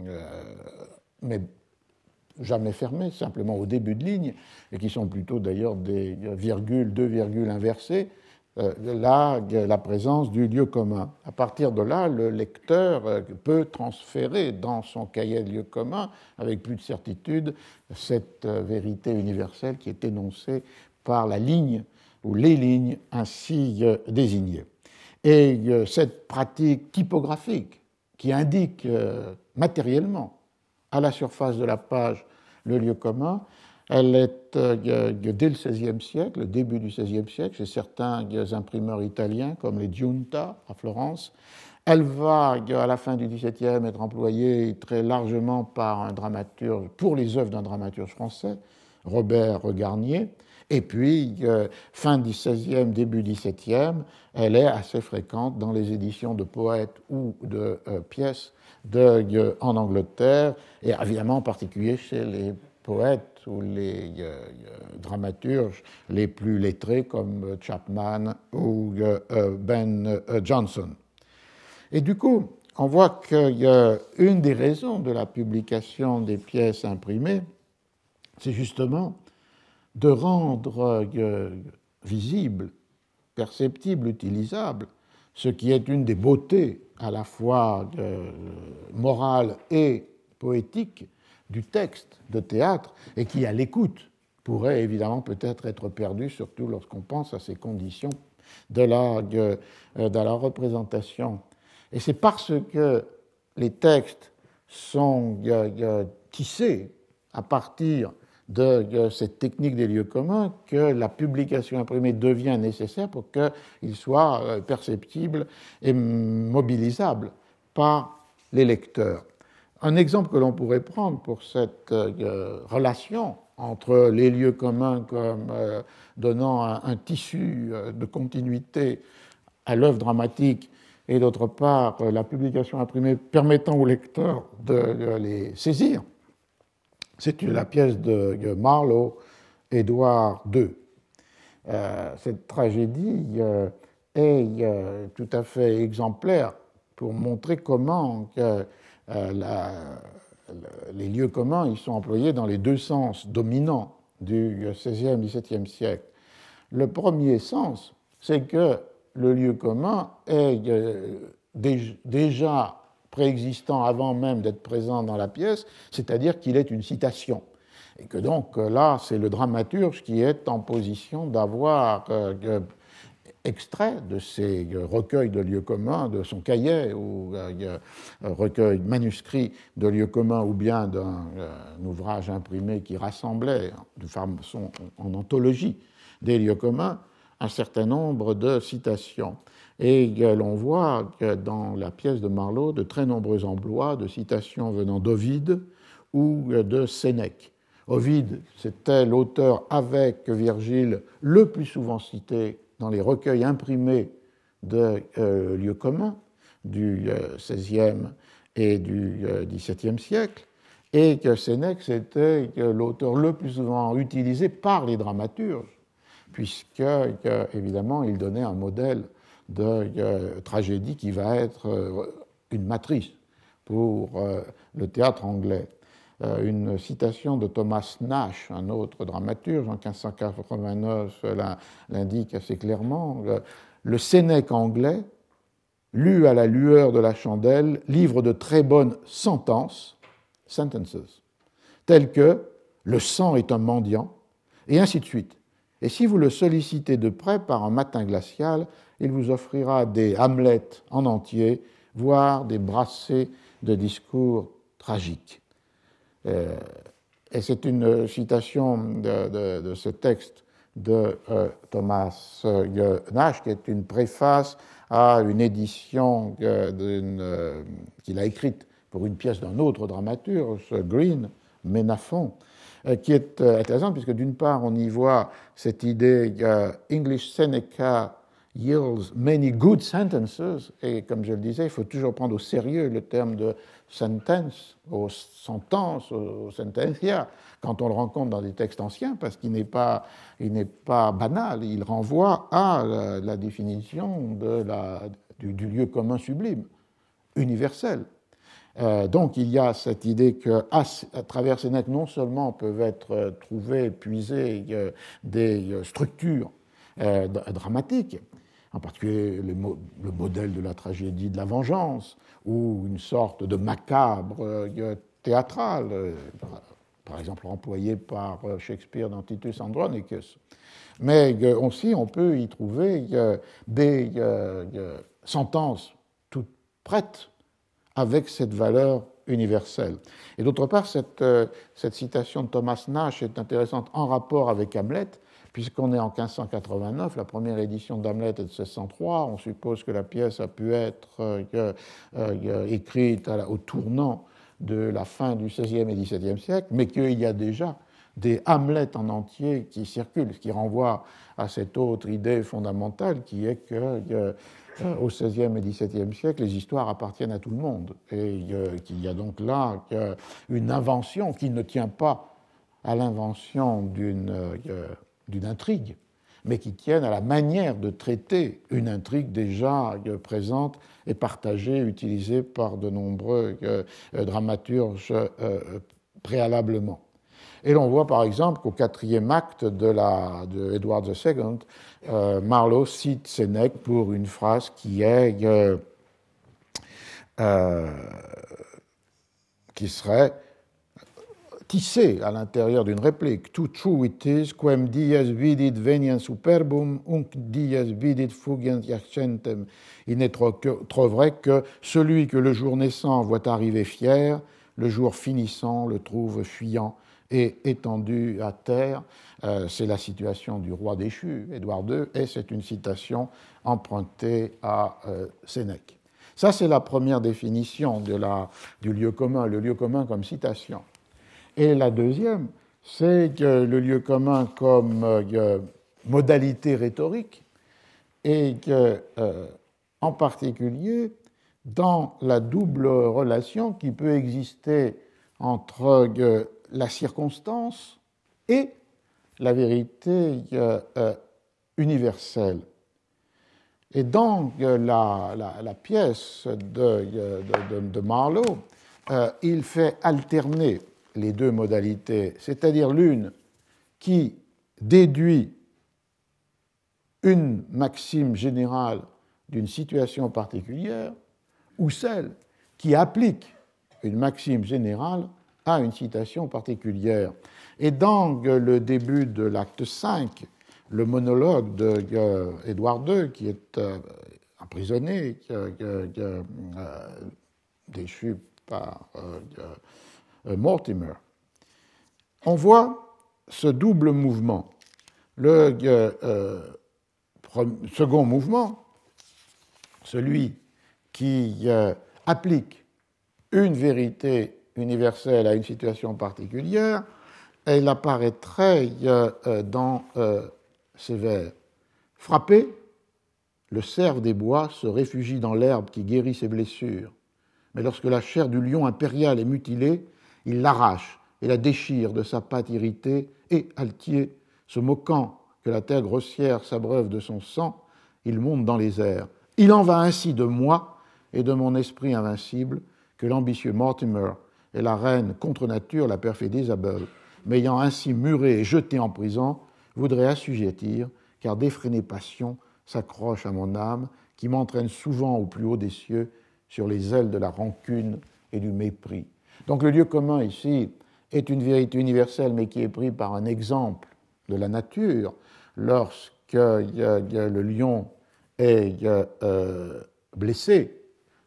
mais jamais fermés, simplement au début de ligne, et qui sont plutôt d'ailleurs des virgules, deux virgules inversées, Euh, là, la présence du lieu commun. À partir de là, le lecteur peut transférer dans son cahier de lieu commun, avec plus de certitude, cette vérité universelle qui est énoncée par la ligne ou les lignes ainsi désignées. Et cette pratique typographique qui indique matériellement à la surface de la page le lieu commun, elle est euh, dès le seizième siècle, le début du seizième siècle, chez certains imprimeurs italiens comme les Giunta à Florence. Elle va, à la fin du dix-septième, être employée très largement par un dramaturge, pour les œuvres d'un dramaturge français, Robert Garnier. Et puis, euh, fin du seizième, début dix-septième, elle est assez fréquente dans les éditions de poètes ou de euh, pièces de, de, en Angleterre, et évidemment en particulier chez les poètes ou les euh, dramaturges les plus lettrés comme Chapman ou euh, Ben Jonson. Et du coup, on voit qu'une des raisons de la publication des pièces imprimées, c'est justement de rendre euh, visible, perceptible, utilisable, ce qui est une des beautés à la fois euh, morales et poétiques du texte de théâtre et qui, à l'écoute, pourrait évidemment peut-être être perdu, surtout lorsqu'on pense à ces conditions de la, de, de la représentation. Et c'est parce que les textes sont euh, euh, tissés à partir de, de cette technique des lieux communs que la publication imprimée devient nécessaire pour qu'il soit euh, perceptible et mobilisable par les lecteurs. Un exemple que l'on pourrait prendre pour cette euh, relation entre les lieux communs comme euh, donnant un, un tissu euh, de continuité à l'œuvre dramatique et d'autre part la publication imprimée permettant aux lecteurs de, de les saisir, c'est la pièce de Marlowe, Édouard deux. Euh, cette tragédie euh, est euh, tout à fait exemplaire pour montrer comment que, euh, la, les lieux communs ils sont employés dans les deux sens dominants du seizième dix-septième siècle. Le premier sens, c'est que le lieu commun est euh, déjà préexistant avant même d'être présent dans la pièce, c'est-à-dire qu'il est une citation. Et que donc là, c'est le dramaturge qui est en position d'avoir euh, extrait de ces recueils de lieux communs, de son cahier ou euh, recueil manuscrit de lieux communs ou bien d'un euh, ouvrage imprimé qui rassemblait de façon en anthologie des lieux communs un certain nombre de citations. Et euh, l'on voit que dans la pièce de Marlowe de très nombreux emplois de citations venant d'Ovide ou de Sénèque. Ovide, c'était l'auteur avec Virgile le plus souvent cité dans les recueils imprimés de euh, lieux communs du euh, seizième et du euh, dix-septième siècle, et que Sénèque, c'était l'auteur le plus souvent utilisé par les dramaturges, puisque, euh, évidemment, il donnait un modèle de euh, tragédie qui va être euh, une matrice pour euh, le théâtre anglais. Euh, une citation de Thomas Nash, un autre dramaturge, en quinze cent quatre-vingt-neuf, l'indique assez clairement. Le Sénèque anglais, lu à la lueur de la chandelle, livre de très bonnes sentences, sentences, telles que « le sang est un mendiant », et ainsi de suite. Et si vous le sollicitez de près par un matin glacial, il vous offrira des Hamlet en entier, voire des brassées de discours tragiques. Euh, et c'est une citation de, de, de ce texte de euh, Thomas euh, Nash, qui est une préface à une édition euh, qu'il a écrite pour une pièce d'un autre dramaturge, Green, Ménafon, euh, qui est euh, intéressante, puisque d'une part, on y voit cette idée que English Seneca yields many good sentences, et comme je le disais, il faut toujours prendre au sérieux le terme de sentence, aux sentences, aux sentencia, quand on le rencontre dans des textes anciens, parce qu'il n'est pas, il n'est pas banal, il renvoie à la, la définition de la, du, du lieu commun sublime, universel. Euh, donc il y a cette idée qu'à à travers Sénèque, non seulement peuvent être trouvées, puisées euh, des structures euh, dramatiques, en particulier les mo- le modèle de la tragédie de la vengeance, ou une sorte de macabre euh, théâtral, euh, par exemple employé par Shakespeare dans Titus Andronicus. Mais euh, aussi, on peut y trouver euh, des euh, euh, sentences toutes prêtes avec cette valeur universelle. Et d'autre part, cette, euh, cette citation de Thomas Nash est intéressante en rapport avec Hamlet, puisqu'on est en quinze cent quatre-vingt-neuf, la première édition d'Hamlet est de seize cent trois, on suppose que la pièce a pu être euh, euh, écrite à la, au tournant de la fin du seizième et dix-septième siècle, mais qu'il y a déjà des Hamlet en entier qui circulent, ce qui renvoie à cette autre idée fondamentale qui est que euh, au seizième et dix-septième siècle, les histoires appartiennent à tout le monde, et euh, qu'il y a donc là euh, une invention qui ne tient pas à l'invention d'une euh, d'une intrigue, mais qui tiennent à la manière de traiter une intrigue déjà présente et partagée, utilisée par de nombreux euh, dramaturges euh, préalablement. Et l'on voit par exemple qu'au quatrième acte de, la, de Edward the Second, euh, Marlowe cite Sénèque pour une phrase qui est euh, euh, qui serait tissé à l'intérieur d'une réplique. Too true it is, quem dies vidit veniens superbum, unc dies vidit fugiens accentem. Il n'est trop, trop vrai que celui que le jour naissant voit arriver fier, le jour finissant le trouve fuyant et étendu à terre. Euh, c'est la situation du roi déchu, Édouard deux, et c'est une citation empruntée à euh, Sénèque. Ça, c'est la première définition de la, du lieu commun, le lieu commun comme citation. Et la deuxième, c'est que le lieu commun comme euh, modalité rhétorique, et que, euh, en particulier, dans la double relation qui peut exister entre euh, la circonstance et la vérité euh, euh, universelle. Et dans euh, la, la, la pièce de, de, de, de Marlowe, euh, il fait alterner les deux modalités, c'est-à-dire l'une qui déduit une maxime générale d'une situation particulière ou celle qui applique une maxime générale à une citation particulière. Et dans le début de l'acte cinq, le monologue d'Édouard deux, qui est euh, emprisonné, euh, euh, déchu par euh, euh, Mortimer, on voit ce double mouvement. Le euh, euh, second mouvement, celui qui euh, applique une vérité universelle à une situation particulière, elle apparaîtrait euh, dans euh, ces vers. Frappé, le cerf des bois se réfugie dans l'herbe qui guérit ses blessures. Mais lorsque la chair du lion impérial est mutilée, il l'arrache et la déchire de sa patte irritée, et, altier, se moquant que la terre grossière s'abreuve de son sang, il monte dans les airs. Il en va ainsi de moi et de mon esprit invincible que l'ambitieux Mortimer et la reine contre nature, la perfide Isabelle, m'ayant ainsi muré et jeté en prison, voudraient assujettir, car d'effrénées passions s'accrochent à mon âme, qui m'entraîne souvent au plus haut des cieux sur les ailes de la rancune et du mépris. Donc le lieu commun ici est une vérité universelle, mais qui est pris par un exemple de la nature. Lorsque le lion est euh, blessé,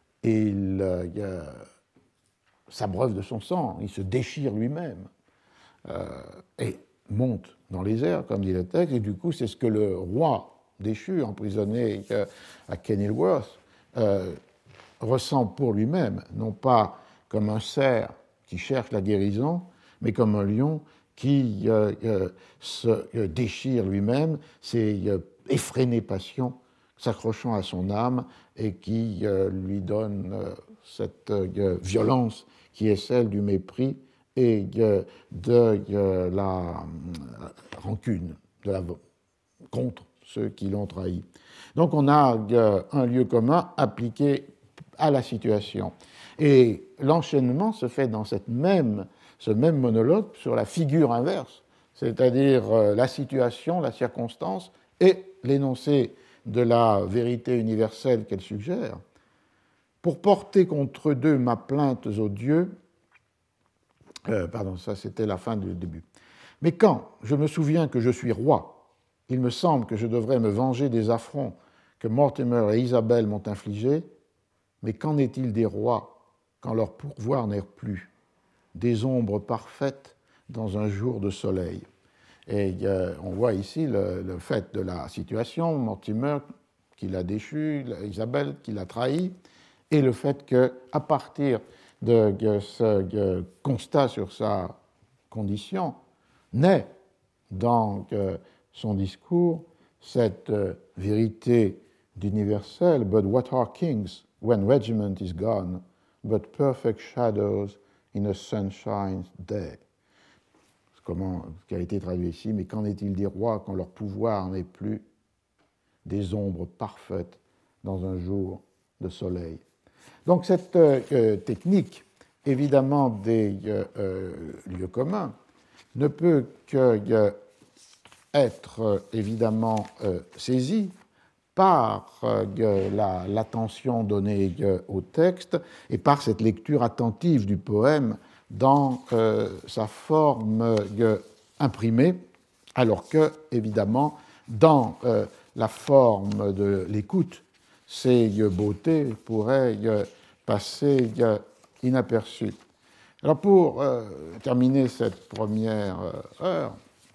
il euh, s'abreuve de son sang, il se déchire lui-même euh, et monte dans les airs, comme dit le texte, et du coup c'est ce que le roi déchu, emprisonné à Kenilworth, euh, ressent pour lui-même, non pas comme un cerf qui cherche la guérison, mais comme un lion qui euh, euh, se euh, déchire lui-même, ses euh, effrénées passions s'accrochant à son âme et qui euh, lui donne euh, cette euh, violence qui est celle du mépris et euh, de euh, la euh, rancune, de la, contre ceux qui l'ont trahi. Donc on a euh, un lieu commun appliqué à la situation. Et l'enchaînement se fait dans cette même, ce même monologue sur la figure inverse, c'est-à-dire euh, la situation, la circonstance et l'énoncé de la vérité universelle qu'elle suggère. Pour porter contre d'eux ma plainte aux dieux, euh, pardon, ça c'était la fin du début. Mais quand je me souviens que je suis roi, il me semble que je devrais me venger des affronts que Mortimer et Isabelle m'ont infligés, mais qu'en est-il des rois quand leur pourvoir n'est plus? Des ombres parfaites dans un jour de soleil. Et euh, on voit ici le, le fait de la situation, Mortimer qui l'a déchu, Isabelle qui l'a trahi, et le fait qu'à partir de, de ce de constat sur sa condition, naît dans euh, son discours cette euh, vérité d'universel, but what are kings when regiment is gone, but perfect shadows in a sunshine day. Comment, ce qui a été traduit ici, mais qu'en est-il des rois quand leur pouvoir n'est plus? Des ombres parfaites dans un jour de soleil. Donc cette euh, technique, évidemment des euh, euh, lieux communs, ne peut que euh, être euh, évidemment euh, saisie par euh, la, l'attention donnée euh, au texte et par cette lecture attentive du poème dans euh, sa forme euh, imprimée, alors que, évidemment, dans euh, la forme de l'écoute, ces euh, beautés pourraient euh, passer euh, inaperçues. Alors, pour euh, terminer cette première euh, heure,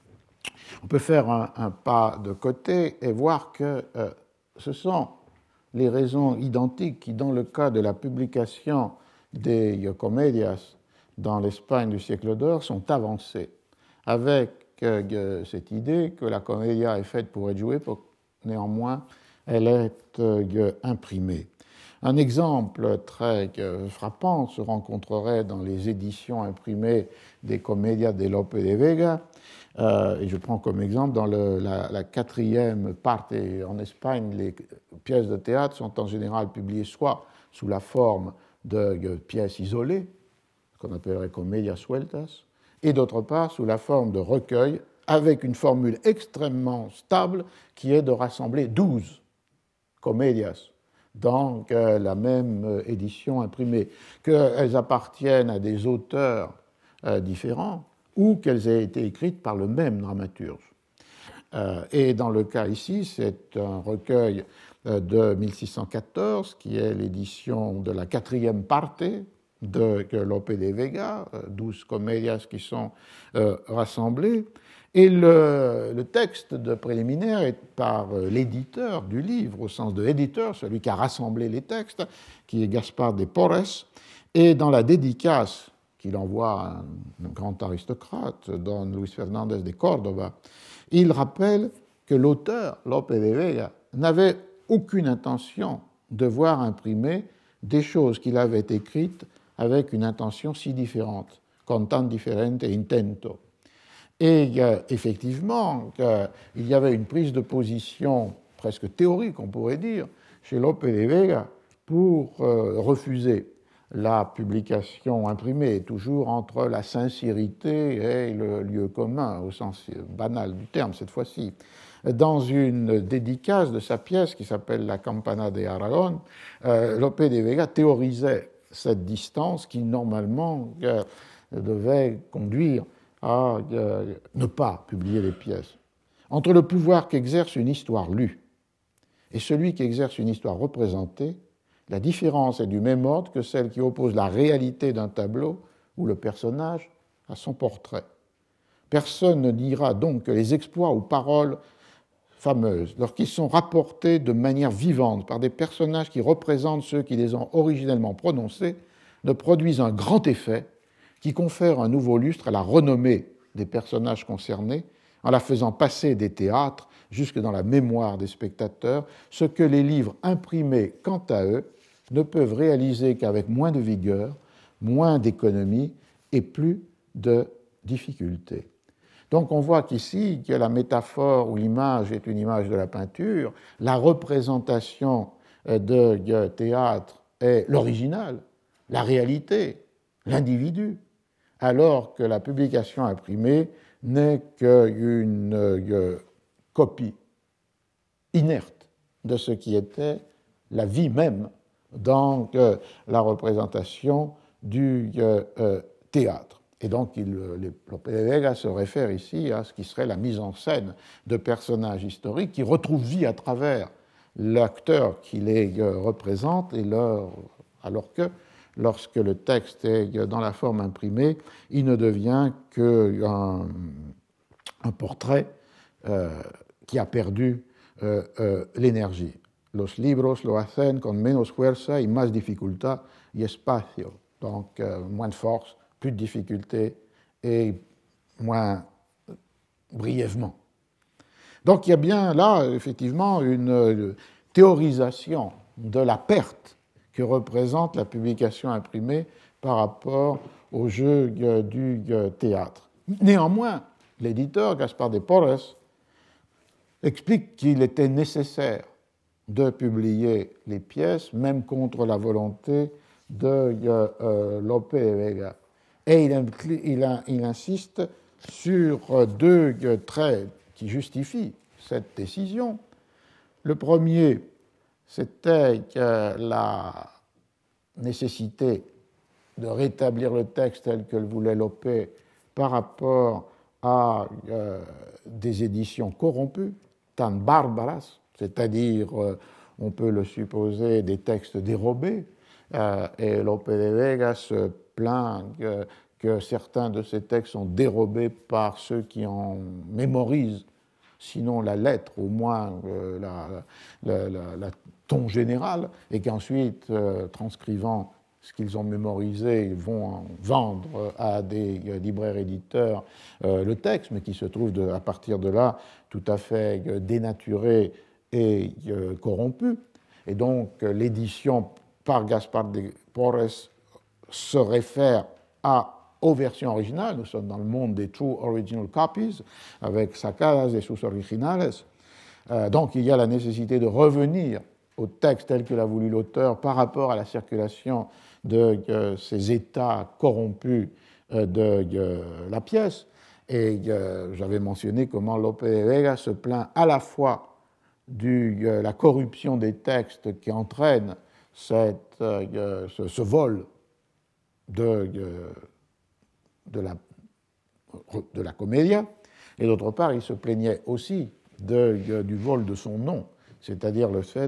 on peut faire un, un pas de côté et voir que euh, ce sont les raisons identiques qui, dans le cas de la publication des Comedias dans l'Espagne du siècle d'or, sont avancées, avec euh, cette idée que la Commedia est faite pour être jouée, pour néanmoins elle est euh, imprimée. Un exemple très euh, frappant se rencontrerait dans les éditions imprimées des Comedias de Lope de Vega, Euh, et je prends comme exemple dans le, la, la quatrième parte en Espagne, les pièces de théâtre sont en général publiées soit sous la forme de, de pièces isolées, qu'on appellerait comedias sueltas, et d'autre part sous la forme de recueils avec une formule extrêmement stable qui est de rassembler douze comedias dans euh, la même édition imprimée, qu'elles appartiennent à des auteurs euh, différents, ou qu'elles aient été écrites par le même dramaturge. Euh, et dans le cas ici, c'est un recueil euh, de mille six cent quatorze, qui est l'édition de la quatrième parte de Lope de Vega, douze comedias qui sont euh, rassemblées. Et le, le texte de préliminaire est par l'éditeur du livre, au sens de éditeur, celui qui a rassemblé les textes, qui est Gaspar de Porres. Et dans la dédicace qu'il envoie à un grand aristocrate, Don Luis Fernández de Córdoba, il rappelle que l'auteur, Lope de Vega, n'avait aucune intention de voir imprimer des choses qu'il avait écrites avec une intention si différente, con tan differente intento. Et euh, effectivement, euh, il y avait une prise de position presque théorique, on pourrait dire, chez Lope de Vega pour euh, refuser la publication imprimée, toujours entre la sincérité et le lieu commun, au sens banal du terme cette fois-ci. Dans une dédicace de sa pièce qui s'appelle La Campana de Aragon, euh, Lope de Vega théorisait cette distance qui, normalement, euh, devait conduire à euh, ne pas publier les pièces. Entre le pouvoir qu'exerce une histoire lue et celui qui exerce une histoire représentée, la différence est du même ordre que celle qui oppose la réalité d'un tableau ou le personnage à son portrait. Personne ne dira donc que les exploits ou paroles fameuses, lorsqu'ils sont rapportés de manière vivante par des personnages qui représentent ceux qui les ont originellement prononcés, ne produisent un grand effet qui confère un nouveau lustre à la renommée des personnages concernés, en la faisant passer des théâtres jusque dans la mémoire des spectateurs, ce que les livres imprimés, quant à eux, ne peuvent réaliser qu'avec moins de vigueur, moins d'économie et plus de difficulté. Donc on voit qu'ici que la métaphore ou l'image est une image de la peinture, la représentation de théâtre est l'original, la réalité, l'individu, alors que la publication imprimée n'est qu'une euh, copie inerte de ce qui était la vie même dans euh, la représentation du euh, euh, théâtre. Et donc, il, Lope de Vega se réfère ici à ce qui serait la mise en scène de personnages historiques qui retrouvent vie à travers l'acteur qui les euh, représente, et leur, alors que lorsque le texte est dans la forme imprimée, il ne devient qu'un un portrait euh, qui a perdu euh, euh, l'énergie. Los libros lo hacen con menos fuerza y más dificultad y espacio. Donc, euh, moins de force, plus de difficulté et moins brièvement. Donc, il y a bien là, effectivement, une théorisation de la perte que représente la publication imprimée par rapport au jeu du théâtre. Néanmoins, l'éditeur, Gaspar de Porres, explique qu'il était nécessaire de publier les pièces, même contre la volonté de euh, Lope de Vega. Et il, il, il insiste sur deux traits qui justifient cette décision. Le premier, c'était que la nécessité de rétablir le texte tel que le voulait Lope par rapport à euh, des éditions corrompues, tan barbaras, c'est-à-dire, euh, on peut le supposer, des textes dérobés, euh, et Lope de Vega se plaint que, que certains de ces textes sont dérobés par ceux qui en mémorisent, sinon la lettre, au moins euh, la, la, la, la ton général, et qu'ensuite, euh, transcrivant ce qu'ils ont mémorisé, ils vont vendre à des libraires éditeurs euh, le texte, mais qui se trouve de, à partir de là tout à fait euh, dénaturé et euh, corrompu. Et donc euh, l'édition par Gaspar de Porres se réfère à, aux versions originales. Nous sommes dans le monde des true original copies, avec sacadas et sus originales. Euh, donc il y a la nécessité de revenir au texte tel que l'a voulu l'auteur par rapport à la circulation de euh, ces états corrompus euh, de euh, la pièce. Et euh, j'avais mentionné comment Lope de Vega se plaint à la fois de euh, la corruption des textes qui entraîne cette, euh, ce, ce vol de, euh, de, la, de la comédia, et d'autre part, il se plaignait aussi de, de, du vol de son nom, c'est-à-dire le fait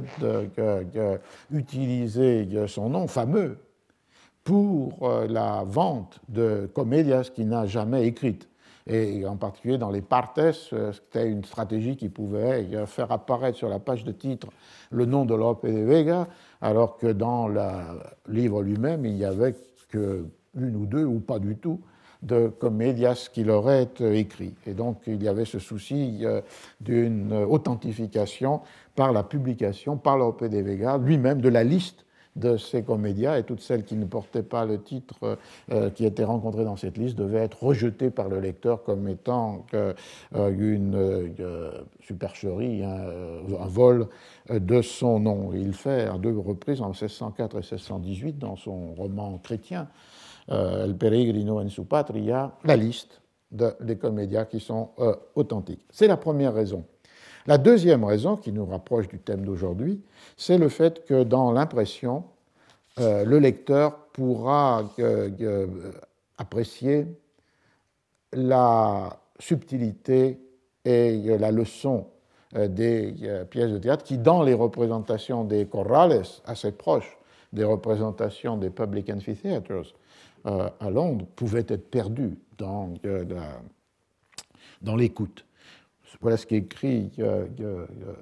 d'utiliser son nom fameux pour la vente de comédias qu'il n'a jamais écrites. Et en particulier dans les partes, c'était une stratégie qui pouvait faire apparaître sur la page de titre le nom de Lope de Vega, alors que dans le livre lui-même, il n'y avait qu'une ou deux, ou pas du tout, de comédias qu'il aurait écrit. Et donc, il y avait ce souci d'une authentification par la publication, par Lope de Vega, lui-même, de la liste de ces comédias, et toutes celles qui ne portaient pas le titre euh, qui était rencontré dans cette liste devaient être rejetées par le lecteur comme étant euh, une euh, supercherie, un, un vol de son nom. Il fait à deux reprises, en seize cent quatre et seize cent dix-huit, dans son roman chrétien, euh, El Peregrino en su patria, la liste de, des comédias qui sont euh, authentiques. C'est la première raison. La deuxième raison, qui nous rapproche du thème d'aujourd'hui, c'est le fait que dans l'impression, euh, le lecteur pourra euh, euh, apprécier la subtilité et euh, la leçon euh, des euh, pièces de théâtre qui, dans les représentations des chorales, assez proches des représentations des public amphitheaters euh, à Londres, pouvaient être perdues dans, euh, la, dans l'écoute. Voilà ce qu'écrit euh, euh,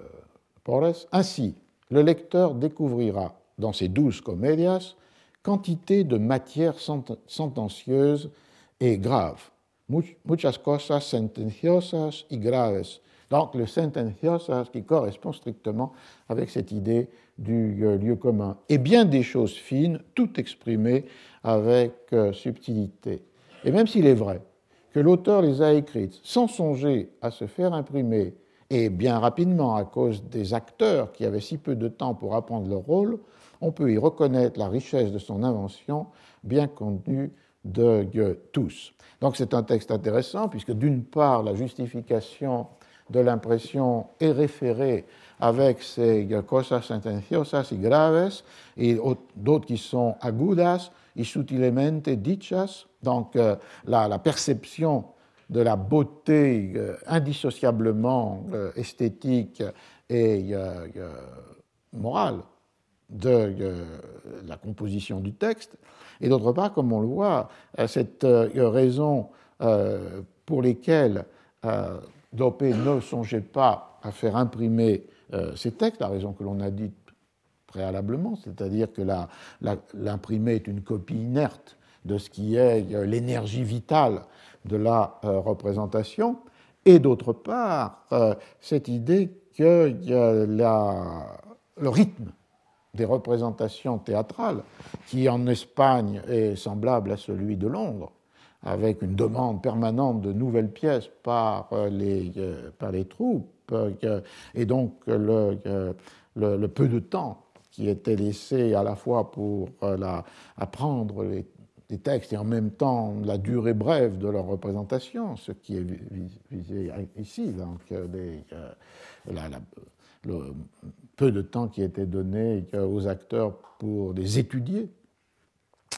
Porres. Ainsi, le lecteur découvrira dans ces douze comédias quantité de matières sentencieuses et graves. Muchas cosas sentenciosas y graves. Donc le sentenciosas qui correspond strictement avec cette idée du euh, lieu commun. Et bien des choses fines, tout exprimées avec euh, subtilité. Et même s'il est vrai que l'auteur les a écrites sans songer à se faire imprimer, et bien rapidement à cause des acteurs qui avaient si peu de temps pour apprendre leur rôle, on peut y reconnaître la richesse de son invention, bien contenue de, de tous. Donc c'est un texte intéressant, puisque d'une part, la justification de l'impression est référée avec ces cosas sentenciosas y graves, et d'autres qui sont agudas y sutilmente dichas, donc euh, la, la perception de la beauté euh, indissociablement euh, esthétique et euh, euh, morale de euh, la composition du texte, et d'autre part, comme on le voit, cette euh, raison euh, pour lesquelles euh, Lope ne songeait pas à faire imprimer euh, ces textes, la raison que l'on a dite préalablement, c'est-à-dire que la, la, l'imprimé est une copie inerte de ce qui est euh, l'énergie vitale de la euh, représentation, et d'autre part, euh, cette idée que euh, la, le rythme des représentations théâtrales, qui en Espagne est semblable à celui de Londres, avec une demande permanente de nouvelles pièces par les, euh, par les troupes, euh, et donc le, euh, le, le peu de temps qui était laissé à la fois pour euh, la, apprendre les, les textes et en même temps la durée brève de leur représentation, ce qui est visé ici, donc les, euh, la, la, le peu de temps qui était donné aux acteurs pour les étudier,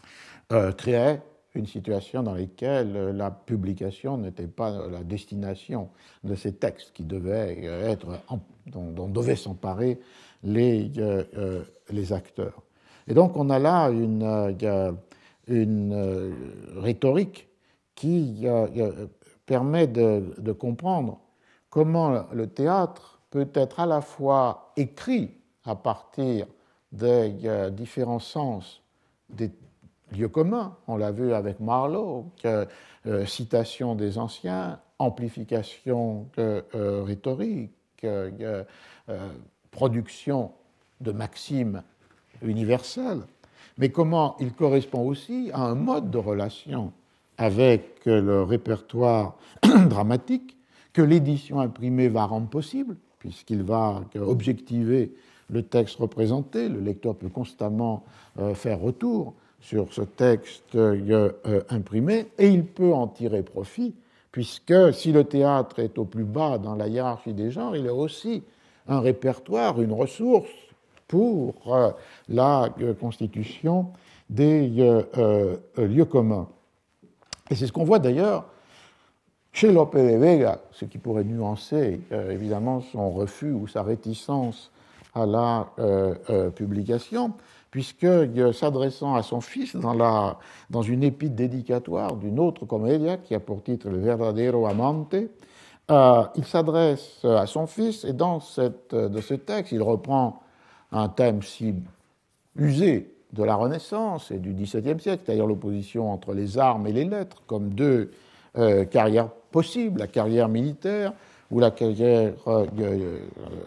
euh, créait une situation dans laquelle la publication n'était pas la destination de ces textes qui devaient être, dont, dont devaient s'emparer les, euh, les acteurs. Et donc on a là une, euh, une euh, rhétorique qui euh, permet de, de comprendre comment le théâtre peut être à la fois écrit à partir des euh, différents sens des lieux communs, on l'a vu avec Marlowe, que, euh, citation des anciens, amplification euh, euh, rhétorique, euh, euh, production de maximes universelles, mais comment il correspond aussi à un mode de relation avec le répertoire dramatique que l'édition imprimée va rendre possible, puisqu'il va objectiver le texte représenté, le lecteur peut constamment euh, faire retour sur ce texte euh, euh, imprimé, et il peut en tirer profit, puisque si le théâtre est au plus bas dans la hiérarchie des genres, il est aussi un répertoire, une ressource pour euh, la euh, constitution des euh, euh, lieux communs. Et c'est ce qu'on voit d'ailleurs chez Lope de Vega, ce qui pourrait nuancer euh, évidemment son refus ou sa réticence à la euh, euh, publication, puisque euh, s'adressant à son fils dans, la, dans une épître dédicatoire d'une autre comédia qui a pour titre Le Verdadero Amante, euh, il s'adresse à son fils et dans cette, de ce texte, il reprend un thème si usé de la Renaissance et du dix-septième siècle, c'est-à-dire l'opposition entre les armes et les lettres comme deux euh, carrières possibles, la carrière militaire ou la carrière euh, euh,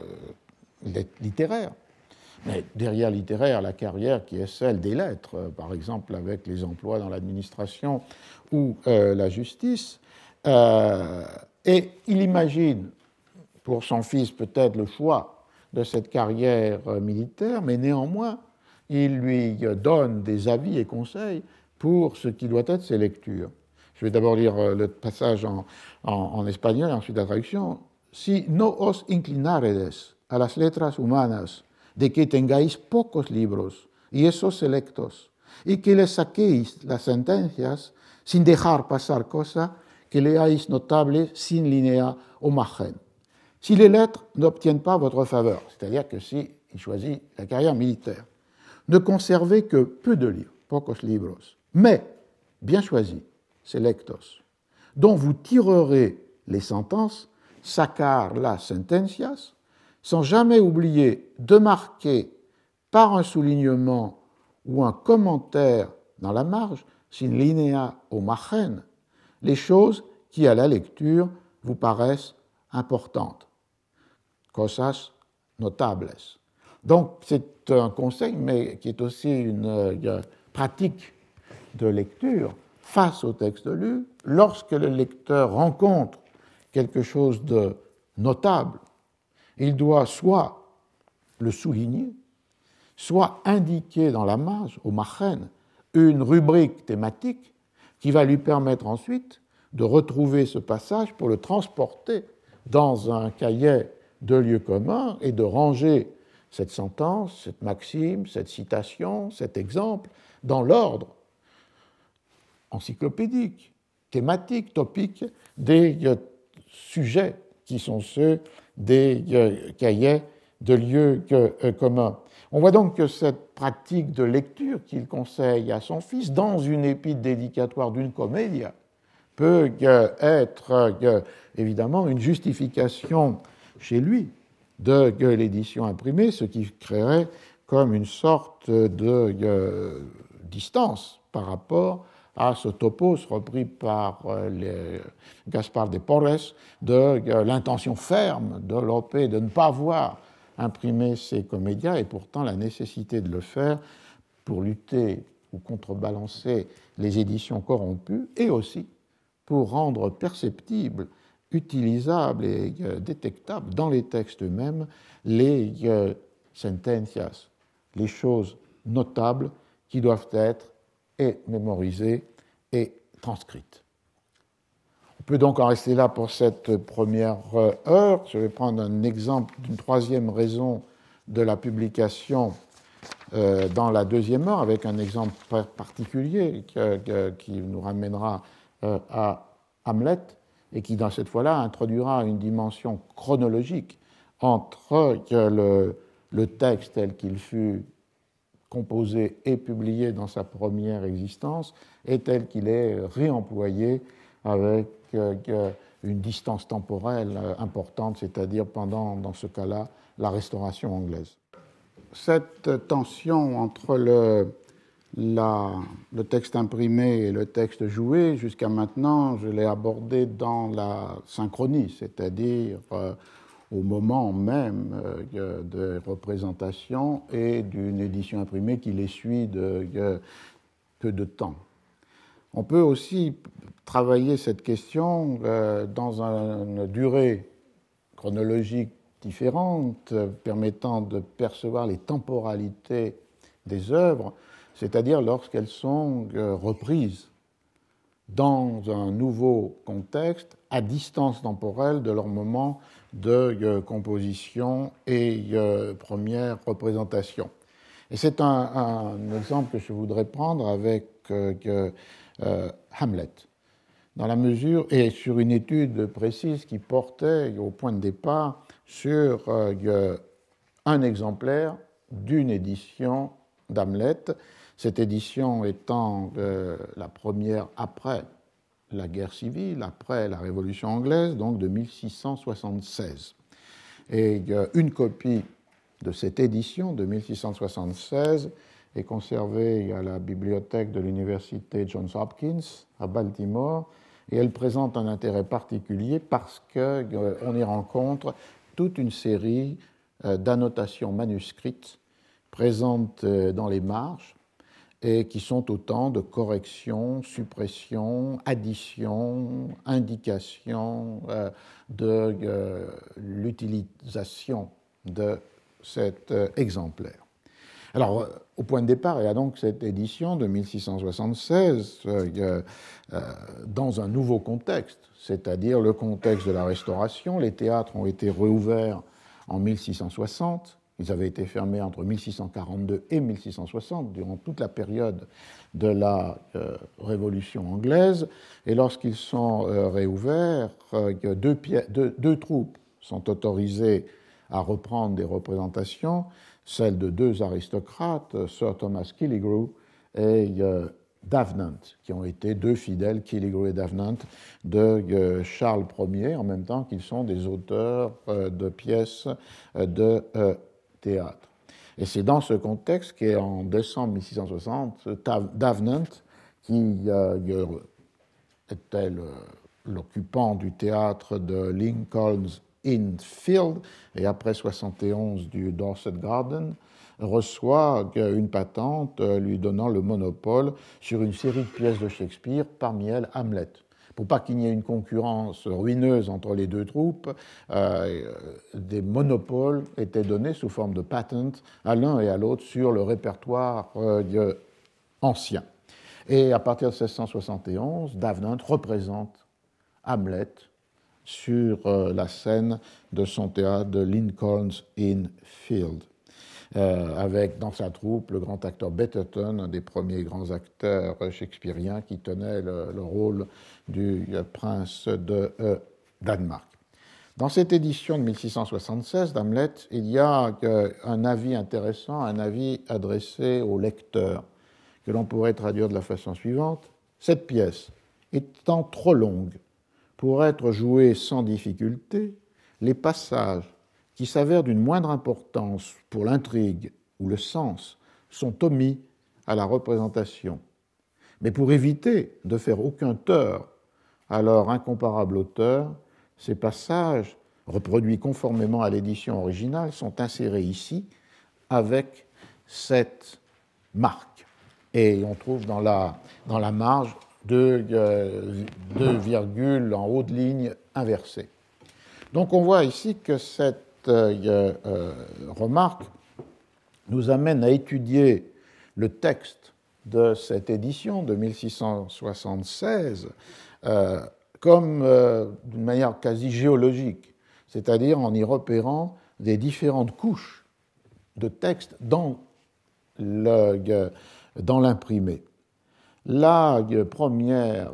littéraire. Mais derrière littéraire, la carrière qui est celle des lettres, euh, par exemple avec les emplois dans l'administration ou euh, la justice. Euh, et il imagine pour son fils peut-être le choix de cette carrière euh, militaire, mais néanmoins, il lui donne des avis et conseils pour ce qui doit être ses lectures. Je vais d'abord lire le passage en, en, en espagnol et ensuite la traduction. Si no os inclinaredes a las letras humanas, de que tengáis pocos libros y esos selectos, y que les saquéis las sentencias sin dejar pasar cosa que leáis notable sin línea o margen. Si les lettres n'obtiennent pas votre faveur, c'est-à-dire que si il choisit la carrière militaire, ne conservez que peu de livres, pocos libros, mais bien choisis, selectos, dont vous tirerez les sentences, sacar las sentencias, sans jamais oublier de marquer par un soulignement ou un commentaire dans la marge, sin linea o margen, les choses qui, à la lecture, vous paraissent importantes, cosas notables. Donc, c'est un conseil, mais qui est aussi une euh, pratique de lecture face au texte lu. Lorsque le lecteur rencontre quelque chose de notable, il doit soit le souligner, soit indiquer dans la marge, au margen, une rubrique thématique qui va lui permettre ensuite de retrouver ce passage pour le transporter dans un cahier de lieux communs et de ranger cette sentence, cette maxime, cette citation, cet exemple dans l'ordre encyclopédique, thématique, topique des euh, sujets qui sont ceux des euh, cahiers de lieux euh, communs. On voit donc que cette pratique de lecture qu'il conseille à son fils dans une épître dédicatoire d'une comédia peut euh, être euh, évidemment une justification chez lui de euh, l'édition imprimée, ce qui créerait comme une sorte de euh, distance par rapport à ce topos repris par euh, les, Gaspar de Porres de euh, l'intention ferme de Lope de ne pas voir imprimer ses comédias et pourtant la nécessité de le faire pour lutter ou contrebalancer les éditions corrompues et aussi pour rendre perceptible, utilisable et euh, détectable dans les textes eux-mêmes les euh, sentencias, les choses notables qui doivent être et mémorisées et transcrites. On peut donc en rester là pour cette première heure. Je vais prendre un exemple d'une troisième raison de la publication euh, dans la deuxième heure avec un exemple particulier que, que, qui nous ramènera euh, à Hamlet et qui, dans cette fois-là, introduira une dimension chronologique entre le, le texte tel qu'il fut composé et publié dans sa première existence et tel qu'il est réemployé avec euh, une distance temporelle importante, c'est-à-dire pendant, dans ce cas-là, la Restauration anglaise. Cette tension entre le, la, le texte imprimé et le texte joué, jusqu'à maintenant, je l'ai abordée dans la synchronie, c'est-à-dire euh, au moment même euh, de représentation et d'une édition imprimée qui les suit de, de peu de temps. On peut aussi travailler cette question euh, dans une durée chronologique différente, permettant de percevoir les temporalités des œuvres, c'est-à-dire lorsqu'elles sont euh, reprises dans un nouveau contexte, à distance temporelle de leur moment de euh, composition et euh, première représentation. Et c'est un, un exemple que je voudrais prendre avec euh, euh, Hamlet, dans la mesure, et sur une étude précise qui portait au point de départ sur euh, un exemplaire d'une édition d'Hamlet, cette édition étant euh, la première après la guerre civile, après la Révolution anglaise, donc de mille six cent soixante-seize. Et euh, une copie de cette édition de mille six cent soixante-seize est conservée à la bibliothèque de l'université Johns Hopkins à Baltimore, et elle présente un intérêt particulier parce qu'on euh, y rencontre toute une série euh, d'annotations manuscrites présentes euh, dans les marges et qui sont autant de corrections, suppressions, additions, indications euh, de euh, l'utilisation de cet euh, exemplaire. Alors, au point de départ, il y a donc cette édition de mille six cent soixante-seize euh, euh, dans un nouveau contexte, c'est-à-dire le contexte de la Restauration. Les théâtres ont été réouverts en mille six cent soixante. Ils avaient été fermés entre mille six cent quarante-deux et mille six cent soixante, durant toute la période de la euh, Révolution anglaise. Et lorsqu'ils sont euh, réouverts, euh, deux, deux, deux troupes sont autorisées à reprendre des représentations, celle de deux aristocrates, Sir Thomas Killigrew et euh, Davenant, qui ont été deux fidèles, Killigrew et Davenant, de euh, Charles Ier, en même temps qu'ils sont des auteurs euh, de pièces euh, de euh, théâtre. Et c'est dans ce contexte qu'en décembre mille six cent soixante, Davenant, qui euh, était le, l'occupant du théâtre de Lincoln's Inn Field et après soixante et onze du Dorset Garden, reçoit une patente lui donnant le monopole sur une série de pièces de Shakespeare, parmi elles Hamlet. Pour pas qu'il n'y ait une concurrence ruineuse entre les deux troupes, euh, des monopoles étaient donnés sous forme de patent à l'un et à l'autre sur le répertoire euh, ancien. Et à partir de mille six cent soixante et onze, Davenant représente Hamlet sur euh, la scène de son théâtre de Lincoln's Inn Field, euh, avec dans sa troupe le grand acteur Betterton, un des premiers grands acteurs shakespeariens qui tenait le, le rôle du euh, prince de euh, Danemark. Dans cette édition de mille six cent soixante-seize d'Hamlet, il y a euh, un avis intéressant, un avis adressé au lecteur, que l'on pourrait traduire de la façon suivante. Cette pièce étant trop longue pour être jouée sans difficulté, les passages qui s'avèrent d'une moindre importance pour l'intrigue ou le sens sont omis à la représentation. Mais pour éviter de faire aucun tort à leur incomparable auteur, ces passages, reproduits conformément à l'édition originale, sont insérés ici avec cette marque. Et on trouve dans la, dans la marge deux, euh, deux virgules en haut de ligne inversées. Donc on voit ici que cette euh, euh, remarque nous amène à étudier le texte de cette édition de mille six cent soixante-seize euh, comme euh, d'une manière quasi géologique, c'est-à-dire en y repérant des différentes couches de texte dans le, dans l'imprimé. La première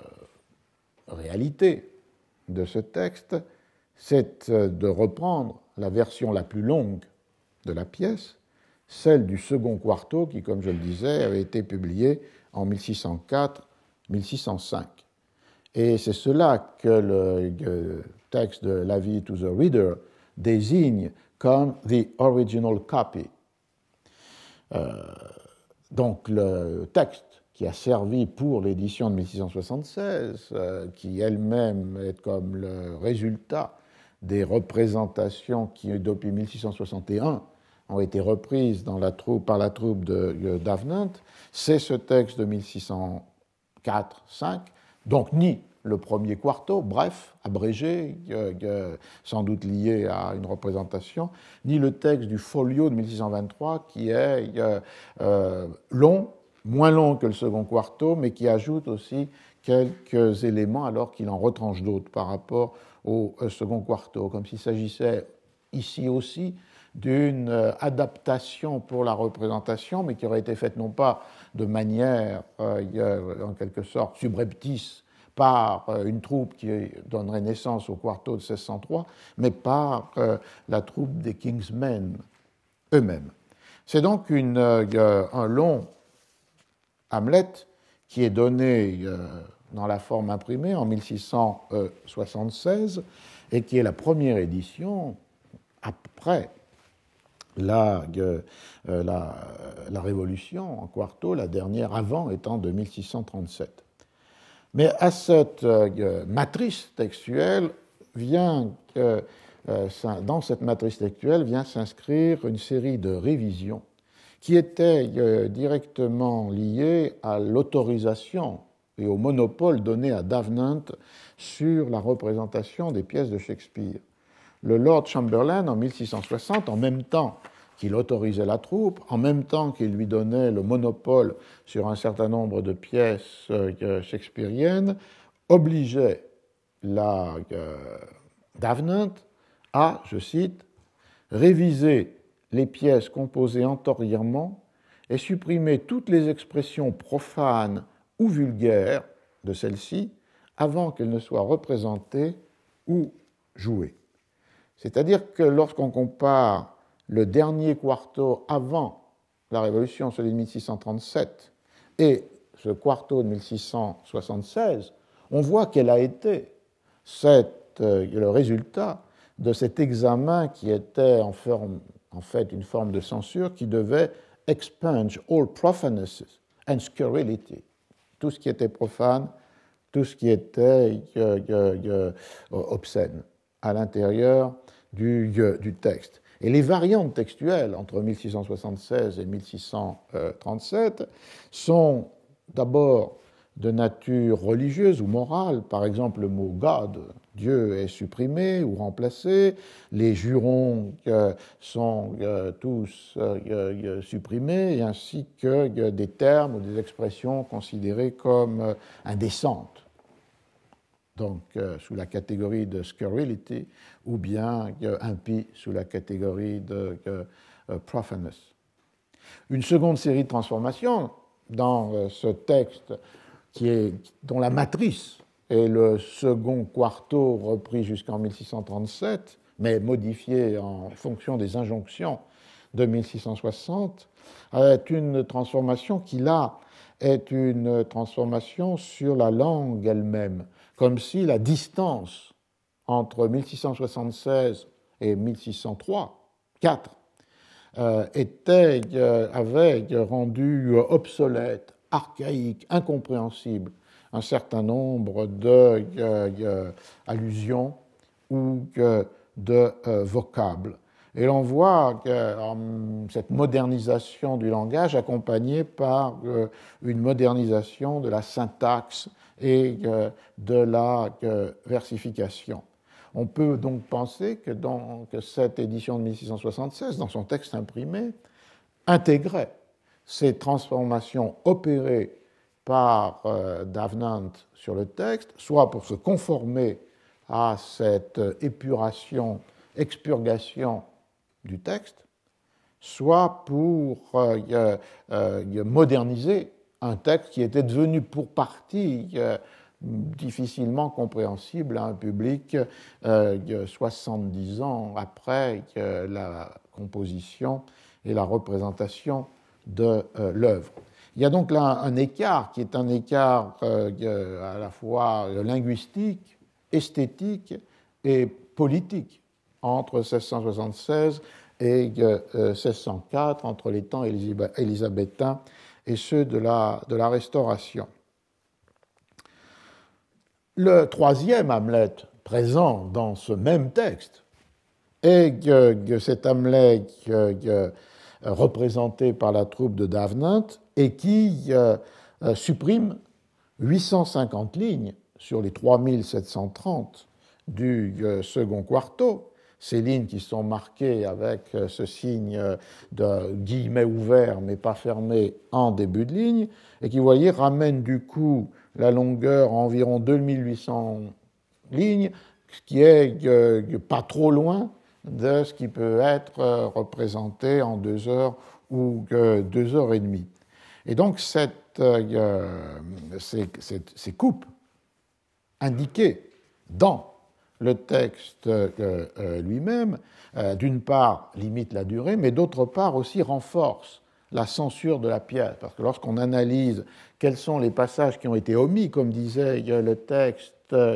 réalité de ce texte, c'est de reprendre la version la plus longue de la pièce, celle du second quarto qui, comme je le disais, avait été publiée en mille six cent quatre à mille six cent cinq. Et c'est cela que le texte de L'avis to the Reader désigne comme « the original copy ». Euh, donc le texte qui a servi pour l'édition de mille six cent soixante-seize, euh, qui elle-même est comme le résultat des représentations qui, depuis mille six cent soixante et un, ont été reprises dans la troupe, par la troupe de, de Davenant, c'est ce texte de mille six cent quatre cinq, donc ni le premier quarto, bref, abrégé, euh, euh, sans doute lié à une représentation, ni le texte du folio de mille six cent vingt-trois, qui est euh, euh, long, moins long que le second quarto, mais qui ajoute aussi quelques éléments alors qu'il en retranche d'autres par rapport au euh, second quarto, comme s'il s'agissait ici aussi d'une euh, adaptation pour la représentation, mais qui aurait été faite non pas de manière, euh, en quelque sorte, subreptice par euh, une troupe qui donnerait naissance au quarto de seize cent trois, mais par euh, la troupe des Kingsmen eux-mêmes. C'est donc une, euh, un long Hamlet qui est donné euh, dans la forme imprimée en mille six cent soixante-seize et qui est la première édition après la, euh, la, la Révolution en quarto, la dernière avant étant de mille six cent trente-sept. Mais à cette euh, matrice textuelle vient, euh, euh, dans cette matrice textuelle vient s'inscrire une série de révisions qui étaient euh, directement liées à l'autorisation et au monopole donné à Davenant sur la représentation des pièces de Shakespeare. Le Lord Chamberlain, en mille six cent soixante, en même temps qu'il autorisait la troupe, en même temps qu'il lui donnait le monopole sur un certain nombre de pièces euh, shakespeariennes, obligeait la euh, Davenant à, je cite, réviser les pièces composées antérieurement et supprimer toutes les expressions profanes ou vulgaires de celles-ci avant qu'elles ne soient représentées ou jouées. C'est-à-dire que lorsqu'on compare le dernier quarto avant la Révolution, celui de mille six cent trente-sept, et ce quarto de mille six cent soixante-seize, on voit quel a été cette, euh, le résultat de cet examen qui était en, forme, en fait une forme de censure qui devait expunge all profanenesses and scurrility, tout ce qui était profane, tout ce qui était euh, euh, euh, obscène à l'intérieur du, euh, du texte. Et les variantes textuelles entre mille six cent soixante-seize et mille six cent trente-sept sont d'abord de nature religieuse ou morale. Par exemple, le mot God, Dieu, est supprimé ou remplacé. Les jurons euh, sont euh, tous euh, supprimés, ainsi que euh, des termes ou des expressions considérées comme euh, indécentes, donc euh, sous la catégorie de scurrility, ou bien euh, impie sous la catégorie de euh, profanous. Une seconde série de transformations dans euh, ce texte, qui est, dont la matrice est le second quarto repris jusqu'en mille six cent trente-sept, mais modifié en fonction des injonctions de mille six cent soixante, est une transformation qui, là, est une transformation sur la langue elle-même, comme si la distance entre mille six cent soixante-seize et mille six cent trois, quatre, euh, était, euh, avait rendu obsolète, archaïque, incompréhensible un certain nombre de euh, euh, allusions ou euh, de euh, vocables. Et l'on voit euh, cette modernisation du langage accompagnée par euh, une modernisation de la syntaxe et euh, de la euh, versification. On peut donc penser que, dans, que cette édition de mille six cent soixante-seize, dans son texte imprimé, intégrait ces transformations opérées par euh, Davenant sur le texte, soit pour se conformer à cette épuration, expurgation du texte, soit pour euh, euh, moderniser un texte qui était devenu pour partie euh, difficilement compréhensible à un public euh, soixante-dix ans après euh, la composition et la représentation de euh, l'œuvre. Il y a donc là un écart qui est un écart euh, à la fois linguistique, esthétique et politique entre seize cent soixante-seize et euh, seize cent quatre, entre les temps élisabéthains et ceux de la, de la Restauration. Le troisième Hamlet présent dans ce même texte est que, que cet Hamlet que, que, représenté par la troupe de Davenant et qui euh, supprime huit cent cinquante lignes sur les trois mille sept cent trente du euh, second quarto, ces lignes qui sont marquées avec euh, ce signe de guillemets ouverts mais pas fermés en début de ligne, et qui, vous voyez, ramènent du coup la longueur à environ deux mille huit cents lignes, ce qui est euh, pas trop loin de ce qui peut être euh, représenté en deux heures ou euh, deux heures et demie. Et donc, cette, euh, ces, ces, ces coupes indiquées dans le texte euh, lui-même, euh, d'une part, limite la durée, mais d'autre part aussi renforce la censure de la pièce. Parce que lorsqu'on analyse quels sont les passages qui ont été omis, comme disait le texte euh,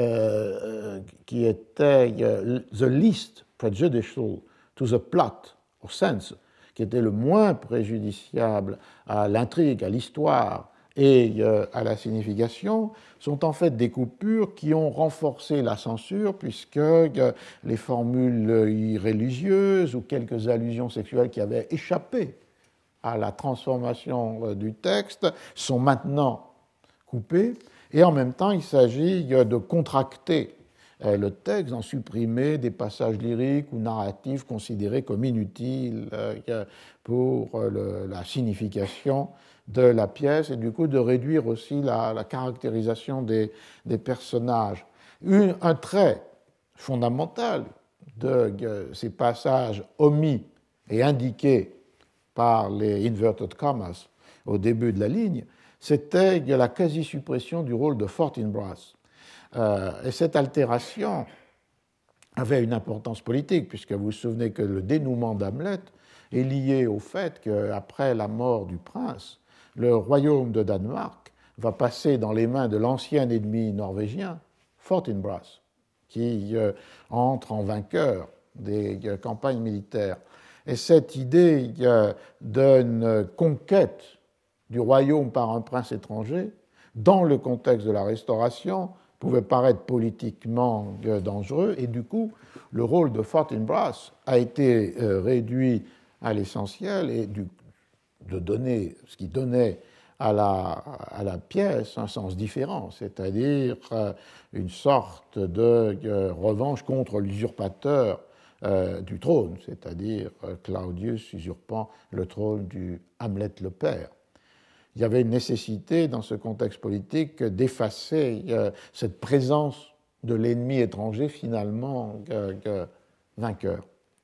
euh, qui était euh, « the least prejudicial to the plot or sense », qui était le moins préjudiciable à l'intrigue, à l'histoire et euh, à la signification, sont en fait des coupures qui ont renforcé la censure, puisque euh, les formules irréligieuses ou quelques allusions sexuelles qui avaient échappé à la transformation euh, du texte sont maintenant coupées, et en même temps il s'agit euh, de contracter euh, le texte, d'en supprimer des passages lyriques ou narratifs considérés comme inutiles euh, pour euh, le, la signification de la pièce, et du coup de réduire aussi la, la caractérisation des, des personnages. Une, un trait fondamental de, de ces passages omis et indiqués par les inverted commas au début de la ligne, c'était la quasi-suppression du rôle de Fortinbras. Euh, et cette altération avait une importance politique, puisque vous vous souvenez que le dénouement d'Hamlet est lié au fait qu'après la mort du prince, le royaume de Danemark va passer dans les mains de l'ancien ennemi norvégien, Fortinbras, qui euh, entre en vainqueur des euh, campagnes militaires. Et cette idée euh, d'une conquête du royaume par un prince étranger, dans le contexte de la Restauration, pouvait paraître politiquement euh, dangereux, et du coup, le rôle de Fortinbras a été euh, réduit à l'essentiel, et du, de donner ce qui donnait à la, à la pièce un sens différent, c'est-à-dire euh, une sorte de euh, revanche contre l'usurpateur euh, du trône, c'est-à-dire euh, Claudius usurpant le trône du Hamlet le père. Il y avait une nécessité dans ce contexte politique d'effacer euh, cette présence de l'ennemi étranger finalement euh, euh, vainqueur.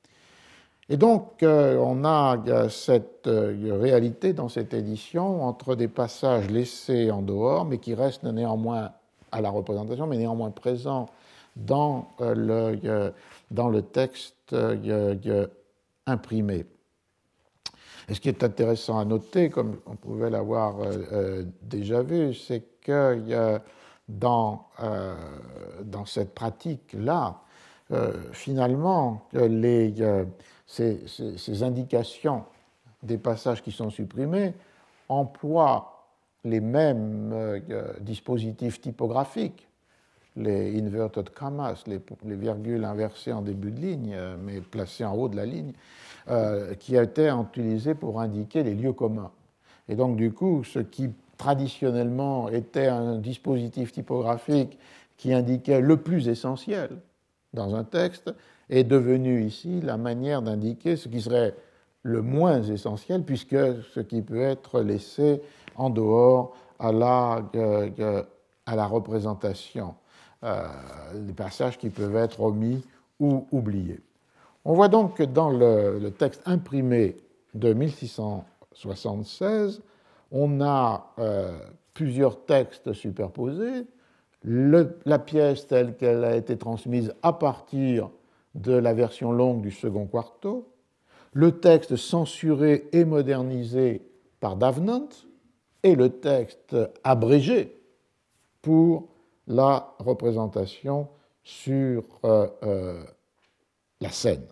Et donc, euh, on a euh, cette euh, réalité dans cette édition entre des passages laissés en dehors, mais qui restent néanmoins à la représentation, mais néanmoins présents dans, euh, le, euh, dans le texte euh, euh, imprimé. Et ce qui est intéressant à noter, comme on pouvait l'avoir euh, euh, déjà vu, c'est que euh, dans, euh, dans cette pratique-là, euh, finalement, les, euh, ces, ces, ces indications des passages qui sont supprimés emploient les mêmes euh, dispositifs typographiques, les inverted commas, les, les virgules inversées en début de ligne, mais placées en haut de la ligne, euh, qui étaient utilisés pour indiquer les lieux communs. Et donc, du coup, ce qui traditionnellement était un dispositif typographique qui indiquait le plus essentiel dans un texte est devenu ici la manière d'indiquer ce qui serait le moins essentiel, puisque ce qui peut être laissé en dehors à la, euh, à la représentation. Euh, des passages qui peuvent être omis ou oubliés. On voit donc que dans le, le texte imprimé de mille six cent soixante-seize, on a euh, plusieurs textes superposés. Le, la pièce telle qu'elle a été transmise à partir de la version longue du second quarto, le texte censuré et modernisé par Davenant et le texte abrégé pour la représentation sur euh, euh, la scène.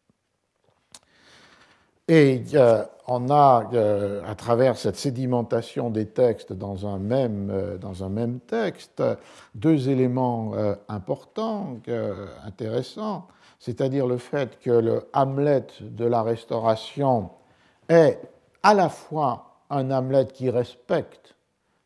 Et euh, on a, euh, à travers cette sédimentation des textes dans un même, euh, dans un même texte, deux éléments euh, importants, euh, intéressants, c'est-à-dire le fait que le Hamlet de la Restauration est à la fois un Hamlet qui respecte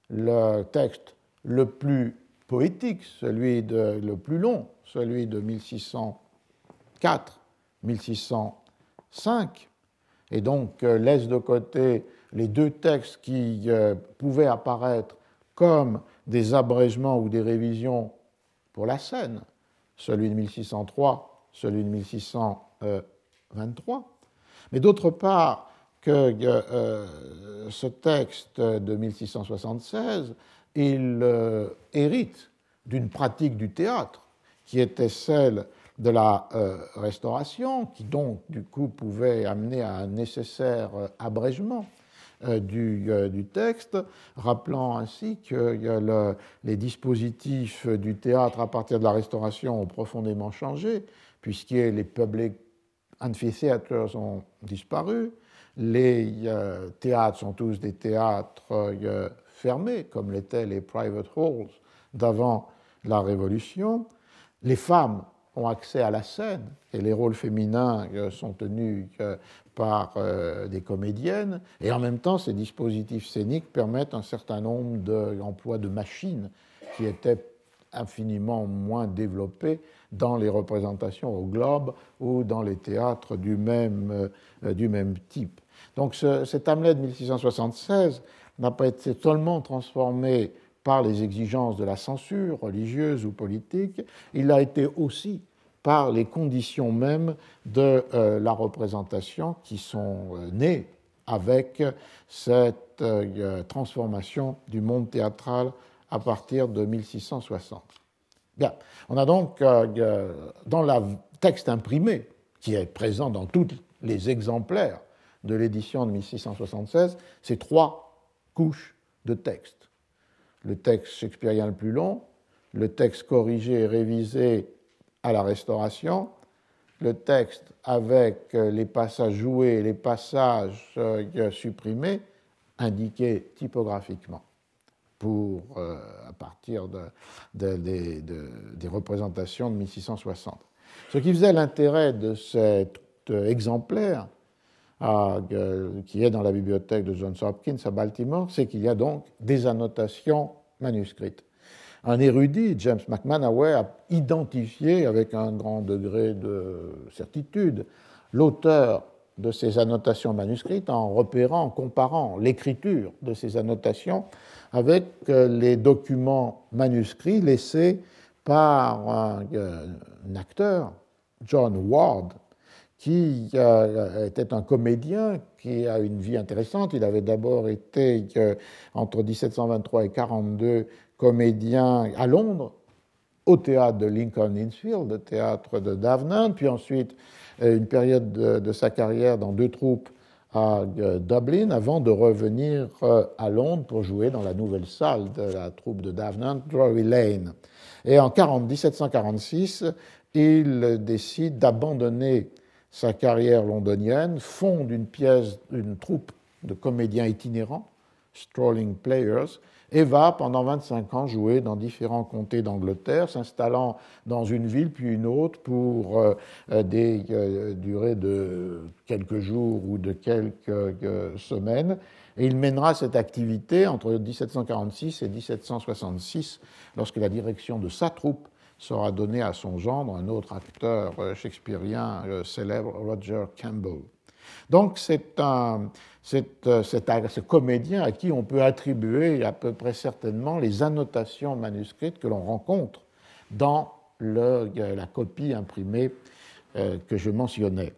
le texte le plus poétique, celui de, le plus long, celui de mille six cent quatre à mille six cent cinq, et donc euh, laisse de côté les deux textes qui euh, pouvaient apparaître comme des abrègements ou des révisions pour la scène, celui de mille six cent trois, celui de mille six cent vingt-trois, mais d'autre part que euh, ce texte de mille six cent soixante-seize, il euh, hérite d'une pratique du théâtre qui était celle de la euh, Restauration, qui donc du coup pouvait amener à un nécessaire euh, abrégement euh, du, euh, du texte, rappelant ainsi que euh, le, les dispositifs du théâtre à partir de la Restauration ont profondément changé, puisque les public amphitheaters ont disparu, les euh, théâtres sont tous des théâtres euh, fermés, comme l'étaient les private halls d'avant la Révolution. Les femmes ont accès à la scène et les rôles féminins euh, sont tenus euh, par euh, des comédiennes, et en même temps ces dispositifs scéniques permettent un certain nombre d'emplois de machines qui étaient infiniment moins développés dans les représentations au globe ou dans les théâtres du même, euh, du même type. Donc ce, cet Hamlet de mille six cent soixante-seize n'a pas été seulement transformé par les exigences de la censure religieuse ou politique, il a été aussi par les conditions mêmes de euh, la représentation qui sont euh, nées avec cette euh, transformation du monde théâtral à partir de mille six cent soixante. Bien, on a donc euh, dans le texte imprimé, qui est présent dans tous les exemplaires de l'édition de mille six cent soixante-seize, ces trois couches de texte. Le texte shakespearien le plus long, le texte corrigé et révisé à la Restauration, le texte avec les passages joués et les passages euh, supprimés, indiqués typographiquement pour, euh, à partir de, de, de, de, des représentations de mille six cent soixante. Ce qui faisait l'intérêt de cet exemplaire euh, qui est dans la bibliothèque de Johns Hopkins à Baltimore, c'est qu'il y a donc des annotations manuscrites. Un érudit, James McManaway, a identifié avec un grand degré de certitude l'auteur de ces annotations manuscrites en repérant, en comparant l'écriture de ces annotations avec les documents manuscrits laissés par un, un acteur, John Ward, qui euh, était un comédien qui a une vie intéressante. Il avait d'abord été, euh, entre dix-sept cent vingt-trois et quarante-deux, comédien à Londres, au théâtre de Lincoln Inn Fields, le théâtre de Davenant, puis ensuite euh, une période de, de sa carrière dans deux troupes à euh, Dublin, avant de revenir euh, à Londres pour jouer dans la nouvelle salle de la troupe de Davenant, Drury Lane. Et en dix-sept cent quarante-six, il décide d'abandonner sa carrière londonienne, fonde une pièce, une troupe de comédiens itinérants, Strolling Players, et va pendant vingt-cinq ans jouer dans différents comtés d'Angleterre, s'installant dans une ville puis une autre pour euh, des euh, durées de quelques jours ou de quelques euh, semaines. Et il mènera cette activité entre dix-sept cent quarante-six et dix-sept cent soixante-six, lorsque la direction de sa troupe sera donnée à son gendre, un autre acteur shakespearien euh, célèbre, Roger Campbell. Donc c'est un, c'est, c'est un, ce comédien à qui on peut attribuer à peu près certainement les annotations manuscrites que l'on rencontre dans le, la copie imprimée euh, que je mentionnais.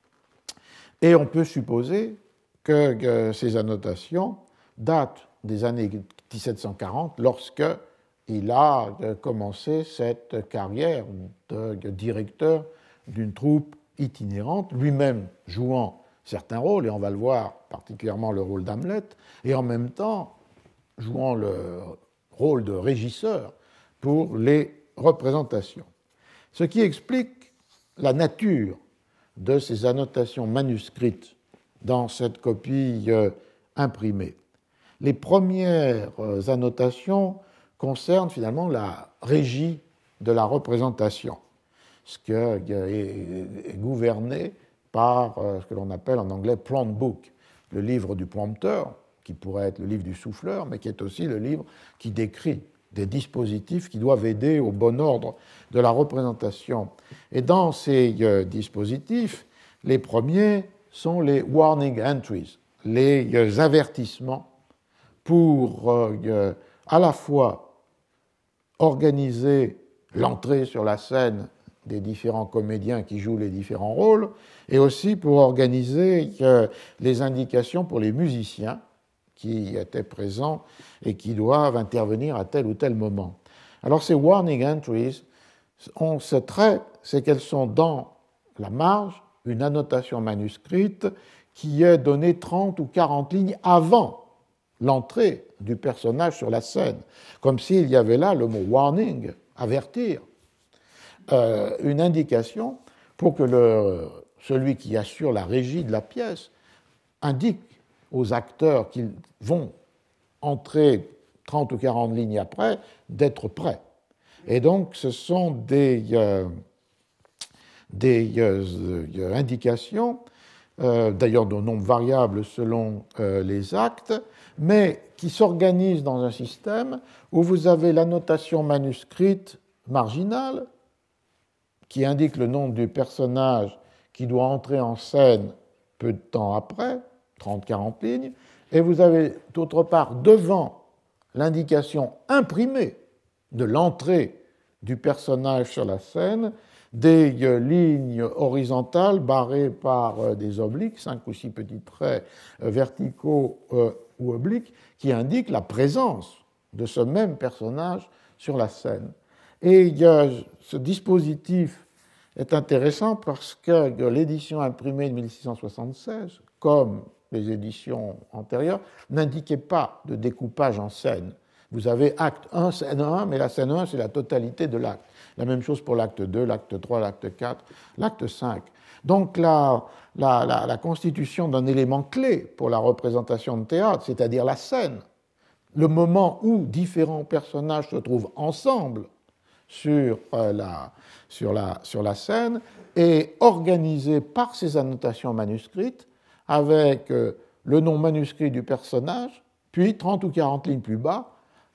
Et on peut supposer que, que ces annotations datent des années dix-sept cent quarante, lorsqu'il a commencé cette carrière de directeur d'une troupe itinérante, lui-même jouant certains rôles, et on va le voir, particulièrement le rôle d'Hamlet, et en même temps jouant le rôle de régisseur pour les représentations. Ce qui explique la nature de ces annotations manuscrites dans cette copie euh, imprimée. Les premières euh, annotations concernent finalement la régie de la représentation, ce qui est, est gouverné par euh, ce que l'on appelle en anglais prompt book, le livre du prompteur, qui pourrait être le livre du souffleur, mais qui est aussi le livre qui décrit des dispositifs qui doivent aider au bon ordre de la représentation. Et dans ces euh, dispositifs, les premiers sont les warning entries, les euh, avertissements pour euh, à la fois organiser l'entrée sur la scène des différents comédiens qui jouent les différents rôles, et aussi pour organiser euh, les indications pour les musiciens qui étaient présents et qui doivent intervenir à tel ou tel moment. Alors ces warning entries ont ce trait, c'est qu'elles sont dans la marge une annotation manuscrite qui est donnée trente ou quarante lignes avant l'entrée du personnage sur la scène, comme s'il y avait là le mot warning, avertir, euh, une indication pour que le, celui qui assure la régie de la pièce indique aux acteurs qui vont entrer trente ou quarante lignes après d'être prêts. Et donc ce sont des, euh, des euh, indications, euh, d'ailleurs de nombre variable selon euh, les actes, mais qui s'organisent dans un système où vous avez l'annotation manuscrite marginale qui indique le nom du personnage qui doit entrer en scène peu de temps après, trente à quarante lignes, et vous avez d'autre part devant l'indication imprimée de l'entrée du personnage sur la scène des lignes horizontales barrées par des obliques, cinq ou six petits traits verticaux ou obliques, qui indiquent la présence de ce même personnage sur la scène. Et ce dispositif est intéressant parce que l'édition imprimée de mille six cent soixante-seize, comme les éditions antérieures, n'indiquaient pas de découpage en scène. Vous avez acte un, scène un, mais la scène un, c'est la totalité de l'acte. La même chose pour l'acte deux, l'acte trois, l'acte quatre, l'acte cinq. Donc la, la, la, la constitution d'un élément clé pour la représentation de théâtre, c'est-à-dire la scène, le moment où différents personnages se trouvent ensemble sur, euh, la, sur, la, sur la scène, est organisée par ces annotations manuscrites avec euh, le nom manuscrit du personnage, puis trente ou quarante lignes plus bas,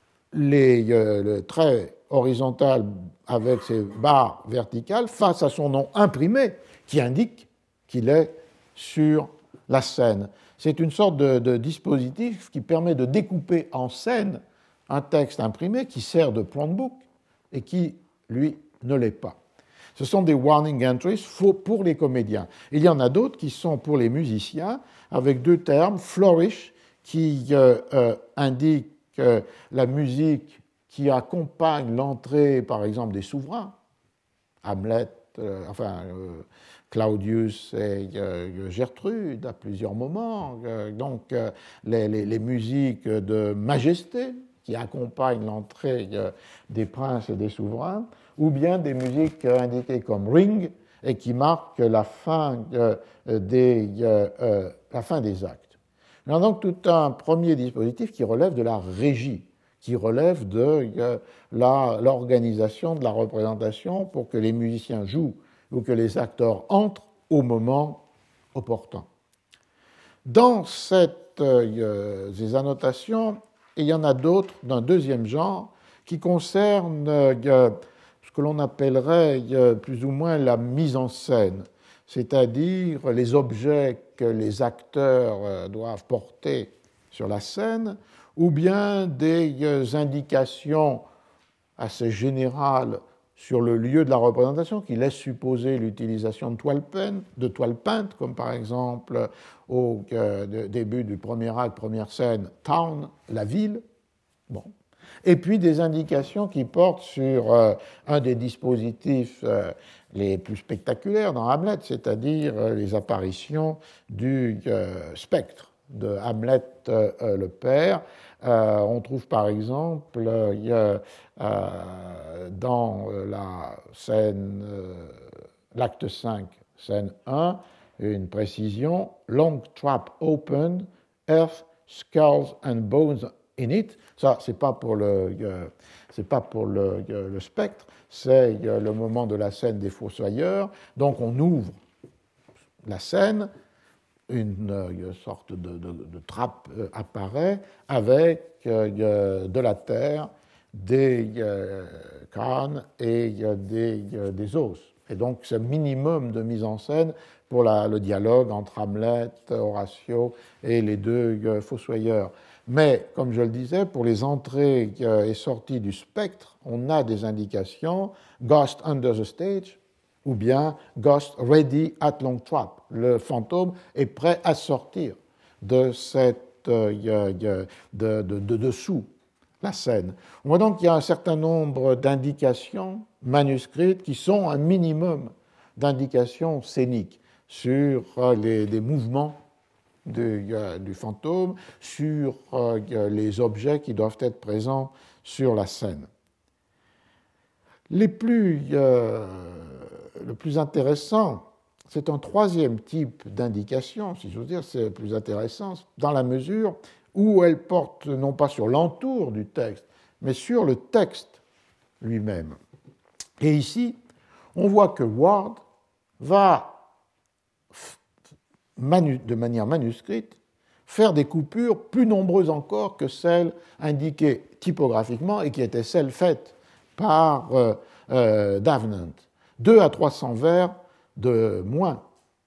les, euh, le trait horizontal avec ses barres verticales face à son nom imprimé qui indique qu'il est sur la scène. C'est une sorte de, de dispositif qui permet de découper en scène un texte imprimé qui sert de prompt book et qui, lui, ne l'est pas. Ce sont des warning entries pour les comédiens. Il y en a d'autres qui sont pour les musiciens avec deux termes, flourish, qui euh, euh, indique euh, la musique qui accompagne l'entrée, par exemple, des souverains, Hamlet, euh, enfin euh, Claudius et euh, Gertrude à plusieurs moments, euh, donc euh, les, les, les musiques de majesté qui accompagnent l'entrée euh, des princes et des souverains, ou bien des musiques indiquées comme ring et qui marquent la fin, euh, des, euh, euh, la fin des actes. Il y a donc tout un premier dispositif qui relève de la régie, qui relève de euh, la, l'organisation de la représentation pour que les musiciens jouent ou que les acteurs entrent au moment opportun. Dans cette, euh, ces annotations, il y en a d'autres d'un deuxième genre qui concernent euh, ce que l'on appellerait euh, plus ou moins la mise en scène, c'est-à-dire les objets que les acteurs euh, doivent porter sur la scène, ou bien des euh, indications assez générales sur le lieu de la représentation, qui laisse supposer l'utilisation de toiles peintes, de toiles peintes, comme par exemple au euh, début du premier acte, première scène, Town, la ville. Bon. Et puis des indications qui portent sur euh, un des dispositifs euh, les plus spectaculaires dans Hamlet, c'est-à-dire euh, les apparitions du euh, spectre de Hamlet euh, euh, le père. Euh, on trouve par exemple euh, euh, dans la scène, euh, l'acte cinq, scène un, une précision, long trap open, earth, skulls and bones in it. Ça, c'est pas pour le, euh, c'est pas pour le, euh, le spectre, c'est euh, le moment de la scène des fossoyeurs. Donc on ouvre la scène, une, une sorte de, de, de trappe euh, apparaît avec euh, de la terre, des euh, crânes et euh, des, euh, des os. Et donc ce minimum de mise en scène pour la, le dialogue entre Hamlet, Horatio et les deux euh, fossoyeurs. Mais, comme je le disais, pour les entrées et sorties du spectre, on a des indications, Ghost under the stage, ou bien Ghost ready at long trap. Le fantôme est prêt à sortir de cette euh, de, de, de dessous la scène. On voit donc qu'il y a un certain nombre d'indications manuscrites qui sont un minimum d'indications scéniques sur les, les mouvements Du, euh, du fantôme, sur euh, les objets qui doivent être présents sur la scène. Les plus, euh, le plus intéressant, c'est un troisième type d'indication, si j'ose dire, c'est le plus intéressant, dans la mesure où elle porte non pas sur l'entour du texte, mais sur le texte lui-même. Et ici, on voit que Ward va Manu, de manière manuscrite, faire des coupures plus nombreuses encore que celles indiquées typographiquement et qui étaient celles faites par euh, euh, Davenant. Deux à trois cents vers de moins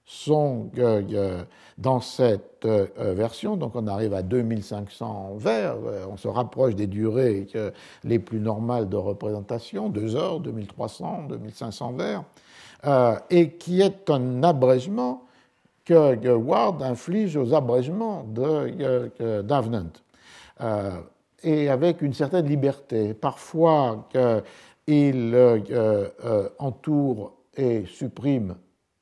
sont euh, euh, dans cette euh, version, donc on arrive à deux mille cinq cents vers, euh, on se rapproche des durées euh, les plus normales de représentation, deux heures, deux mille trois cents, deux mille cinq cents vers, euh, et qui est un abrégement que Ward inflige aux abrègements de euh, Davenant, euh, et avec une certaine liberté. Parfois, euh, il euh, euh, entoure et supprime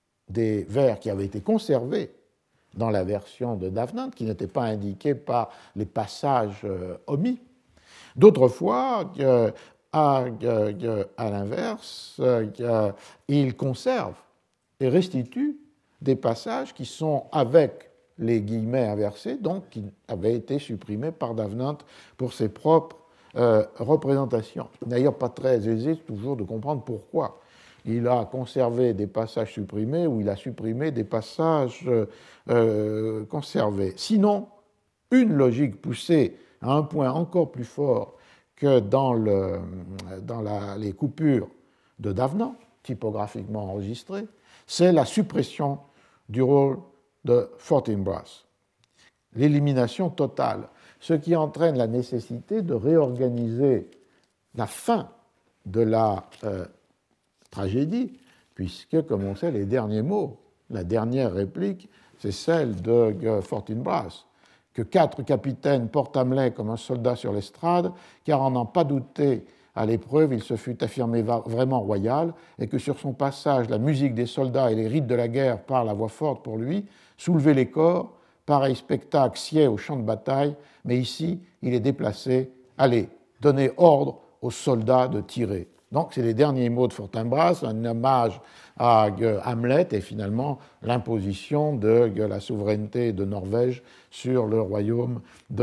des vers qui avaient été conservés dans la version de Davenant, qui n'étaient pas indiqués par les passages euh, omis. D'autres fois, euh, à, euh, à l'inverse, euh, il conserve et restitue des passages qui sont avec les guillemets inversés, donc qui avaient été supprimés par Davenant pour ses propres euh, représentations. D'ailleurs, pas très aisé toujours de comprendre pourquoi il a conservé des passages supprimés ou il a supprimé des passages euh, conservés. Sinon, une logique poussée à un point encore plus fort que dans, le, dans la, les coupures de Davenant, typographiquement enregistrées, c'est la suppression du rôle de Fortinbras, l'élimination totale, ce qui entraîne la nécessité de réorganiser la fin de la euh, tragédie, puisque, comme on sait, les derniers mots, la dernière réplique, c'est celle de euh, Fortinbras, que quatre capitaines portent Hamlet comme un soldat sur l'estrade, car en n'en pas douté, à l'épreuve, il se fut affirmé vraiment royal, et que sur son passage, la musique des soldats et les rites de la guerre parlent à voix forte pour lui, soulever les corps, pareil spectacle sied au champ de bataille, mais ici, il est déplacé, allez, donnez ordre aux soldats de tirer. Donc, c'est les derniers mots de Fortinbras, un hommage à Hamlet et finalement l'imposition de la souveraineté de Norvège sur le royaume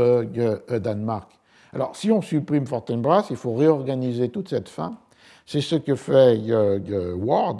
de Danemark. Alors, si on supprime Fortinbras, il faut réorganiser toute cette fin. C'est ce que fait euh, Ward,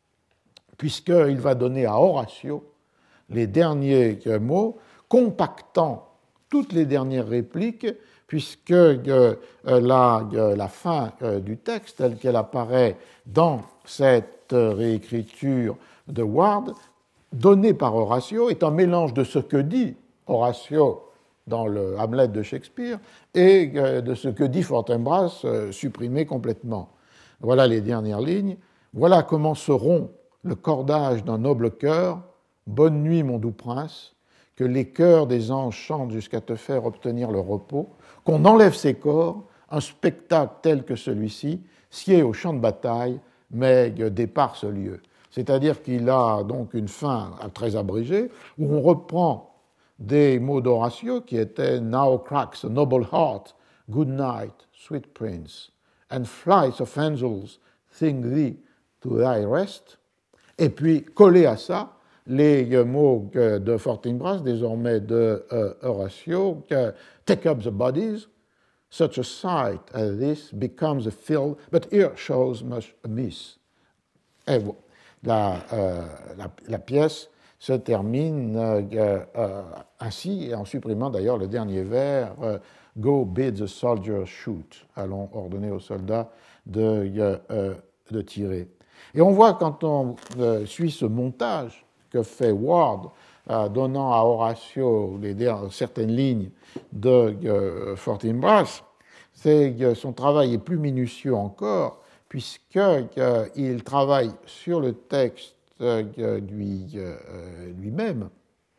puisqu'il va donner à Horatio les derniers euh, mots, compactant toutes les dernières répliques, puisque euh, la, euh, la fin euh, du texte, telle qu'elle apparaît dans cette réécriture de Ward, donnée par Horatio, est un mélange de ce que dit Horatio dans le Hamlet de Shakespeare, et de ce que dit Fortinbras, supprimé complètement. Voilà les dernières lignes. Voilà comment se rompt le cordage d'un noble cœur. Bonne nuit, mon doux prince. Que les chœurs des anges chantent jusqu'à te faire obtenir le repos. Qu'on enlève ses corps. Un spectacle tel que celui-ci sied au champ de bataille, mais départ ce lieu. C'est-à-dire qu'il a donc une fin très abrégée, où on reprend des mots d'Horatio qui étaient « Now cracks a noble heart, good night, sweet prince, and flights of angels sing thee to thy rest ». Et puis, collé à ça, les mots de Fortinbras, désormais de euh, Horatio, « Take up the bodies ». Such a sight as this becomes a field, but here shows much amiss. Et bon, la, euh, la, la pièce se termine euh, euh, ainsi, en supprimant d'ailleurs le dernier vers euh, Go bid the soldier shoot. Allons ordonner aux soldats de, euh, de tirer. Et on voit quand on euh, suit ce montage que fait Ward, euh, donnant à Horatio les, certaines lignes de euh, Fortinbras, c'est que son travail est plus minutieux encore, puisqu'il euh, travaille sur le texte euh, lui, euh, lui-même,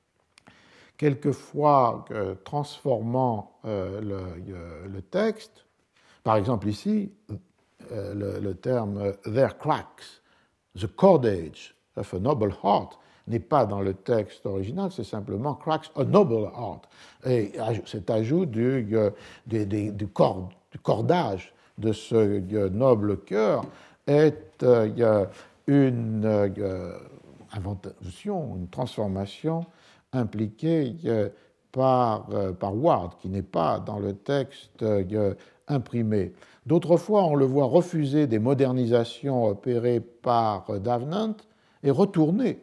quelquefois euh, transformant euh, le, le texte. Par exemple ici, euh, le, le terme « there cracks the cordage of a noble heart » n'est pas dans le texte original, c'est simplement « cracks a noble heart ». Et cet ajout du, du, du, du, cord, du cordage de ce noble cœur est euh, une euh, invention, une transformation impliquée euh, par, euh, par Ward, qui n'est pas dans le texte euh, imprimé. D'autres fois, on le voit refuser des modernisations opérées par Davenant et retourner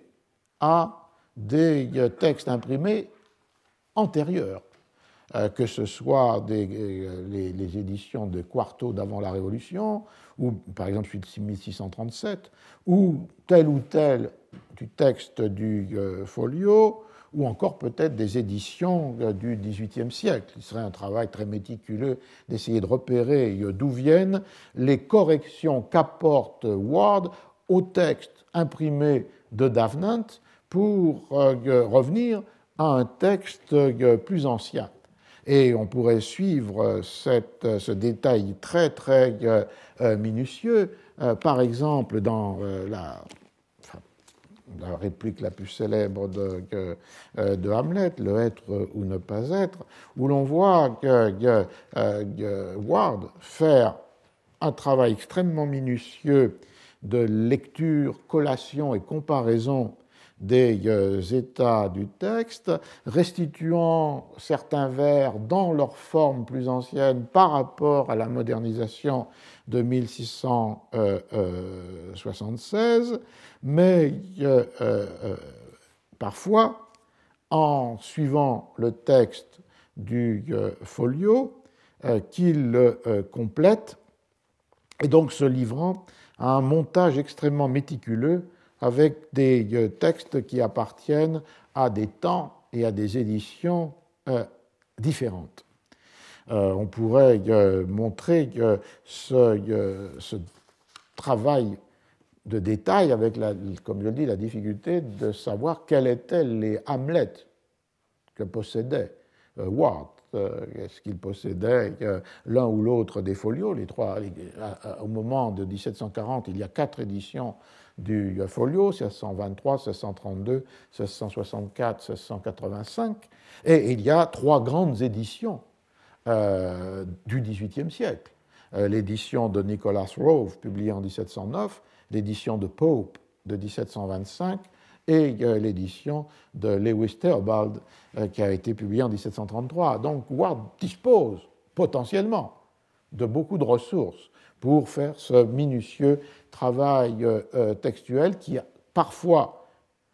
à des textes imprimés antérieurs, euh, que ce soit des, euh, les, les éditions de Quarto d'avant la Révolution, ou par exemple celui de mille six cent trente-sept, ou tel ou tel du texte du euh, Folio, ou encore peut-être des éditions euh, du dix-huitième siècle. Il serait un travail très méticuleux d'essayer de repérer euh, d'où viennent les corrections qu'apporte Ward au texte imprimé de Davenant pour euh, revenir à un texte euh, plus ancien. Et on pourrait suivre cette, ce détail très, très euh, minutieux. Euh, par exemple, dans euh, la, enfin, la réplique la plus célèbre de, euh, de Hamlet, le être ou ne pas être, où l'on voit que, que, euh, Ward faire un travail extrêmement minutieux de lecture, collation et comparaison des euh, états du texte, restituant certains vers dans leur forme plus ancienne par rapport à la modernisation de mille six cent soixante-seize, mais euh, euh, parfois, en suivant le texte du euh, folio, euh, qu'il euh, complète, et donc se livrant à un montage extrêmement méticuleux avec des textes qui appartiennent à des temps et à des éditions euh, différentes. Euh, on pourrait euh, montrer que ce, euh, ce travail de détail avec, la, comme je le dis, la difficulté de savoir quels étaient les Hamlet que possédait euh, Ward. Euh, est-ce qu'il possédait euh, l'un ou l'autre des folios les trois, les, à, à, au moment de dix-sept cent quarante, il y a quatre éditions du folio, seize cent vingt-trois, seize cent trente-deux, seize cent soixante-quatre, seize cent quatre-vingt-cinq, et il y a trois grandes éditions euh, du dix-huitième siècle. Euh, l'édition de Nicholas Rove, publiée en dix-sept cent neuf, l'édition de Pope de dix-sept cent vingt-cinq, et euh, l'édition de Lewis Theobald, euh, qui a été publiée en dix-sept cent trente-trois. Donc Ward dispose potentiellement de beaucoup de ressources pour faire ce minutieux travail euh, textuel qui parfois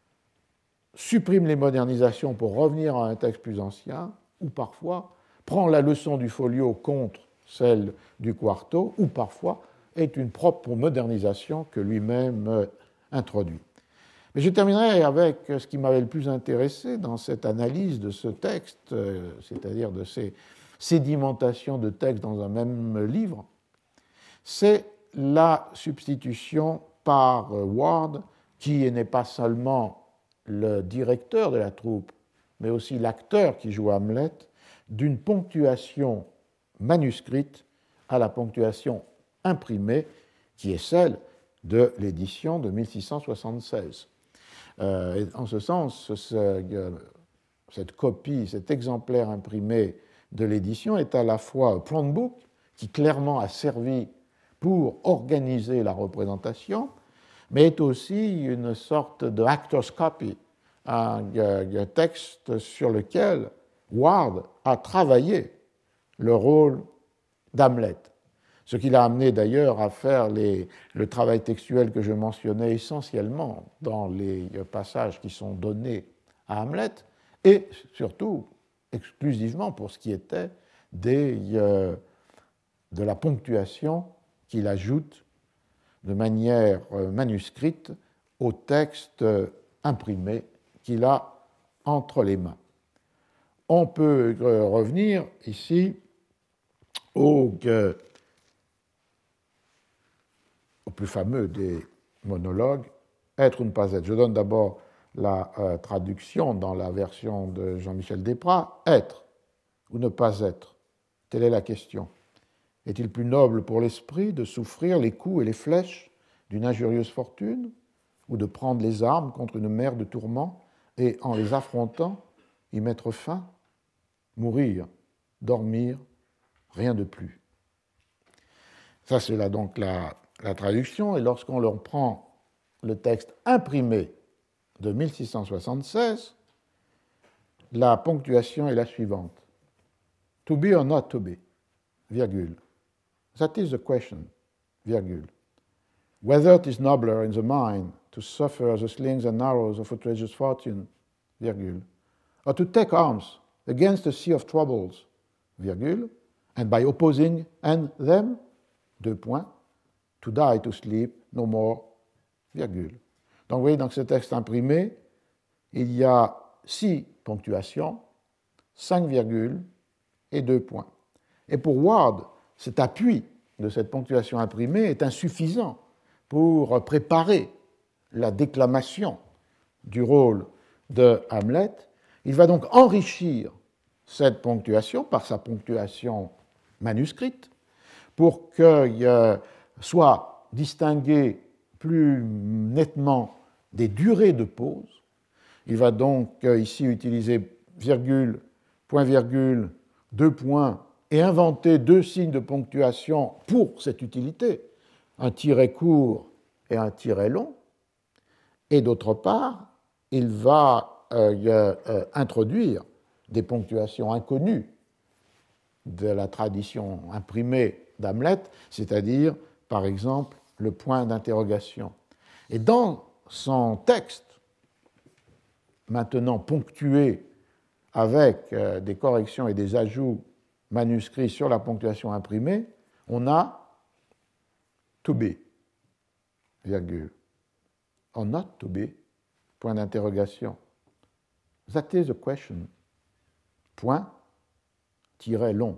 supprime les modernisations pour revenir à un texte plus ancien, ou parfois prend la leçon du folio contre celle du quarto, ou parfois est une propre modernisation que lui-même euh, introduit. Mais je terminerai avec ce qui m'avait le plus intéressé dans cette analyse de ce texte, euh, c'est-à-dire de ces sédimentations de textes dans un même livre, c'est la substitution par Ward, qui n'est pas seulement le directeur de la troupe, mais aussi l'acteur qui joue Hamlet, d'une ponctuation manuscrite à la ponctuation imprimée, qui est celle de l'édition de mille six cent soixante-seize. Euh, en ce sens, ce, cette copie, cet exemplaire imprimé de l'édition est à la fois un plan book, qui clairement a servi pour organiser la représentation, mais est aussi une sorte de actor's copy, un, un texte sur lequel Ward a travaillé le rôle d'Hamlet, ce qui l'a amené d'ailleurs à faire les, le travail textuel que je mentionnais essentiellement dans les passages qui sont donnés à Hamlet, et surtout exclusivement pour ce qui était des, euh, de la ponctuation qu'il ajoute de manière euh, manuscrite au texte euh, imprimé qu'il a entre les mains. On peut euh, revenir ici au, euh, au plus fameux des monologues, être ou ne pas être. Je donne d'abord la euh, traduction dans la version de Jean-Michel Desprats. Être ou ne pas être, telle est la question. Est-il plus noble pour l'esprit de souffrir les coups et les flèches d'une injurieuse fortune, ou de prendre les armes contre une mer de tourments et, en les affrontant, y mettre fin? Mourir, dormir, rien de plus. Ça, c'est là donc la, la traduction, et lorsqu'on leur prend le texte imprimé de mille six cent soixante-seize, la ponctuation est la suivante. To be or not to be, virgule. That is the question, virgule. Whether it is nobler in the mind to suffer the slings and arrows of outrageous fortune, virgule, or to take arms against a sea of troubles, virgule, and by opposing and them, deux points, to die, to sleep, no more, virgule. Donc vous voyez, dans ce texte imprimé, il y a six ponctuations, cinq virgules et deux points. Et pour Ward, cet appui de cette ponctuation imprimée est insuffisant pour préparer la déclamation du rôle de Hamlet. Il va donc enrichir cette ponctuation par sa ponctuation manuscrite pour qu'il soit distingué plus nettement des durées de pause. Il va donc ici utiliser virgule, point virgule, deux points et inventer deux signes de ponctuation pour cette utilité, un tiret court et un tiret long. Et d'autre part, il va euh, euh, introduire des ponctuations inconnues de la tradition imprimée d'Hamlet, c'est-à-dire, par exemple, le point d'interrogation. Et dans son texte, maintenant ponctué avec euh, des corrections et des ajouts manuscrits sur la ponctuation imprimée, on a to be, virgule, or not to be, point d'interrogation. That is a question, point, tiret long.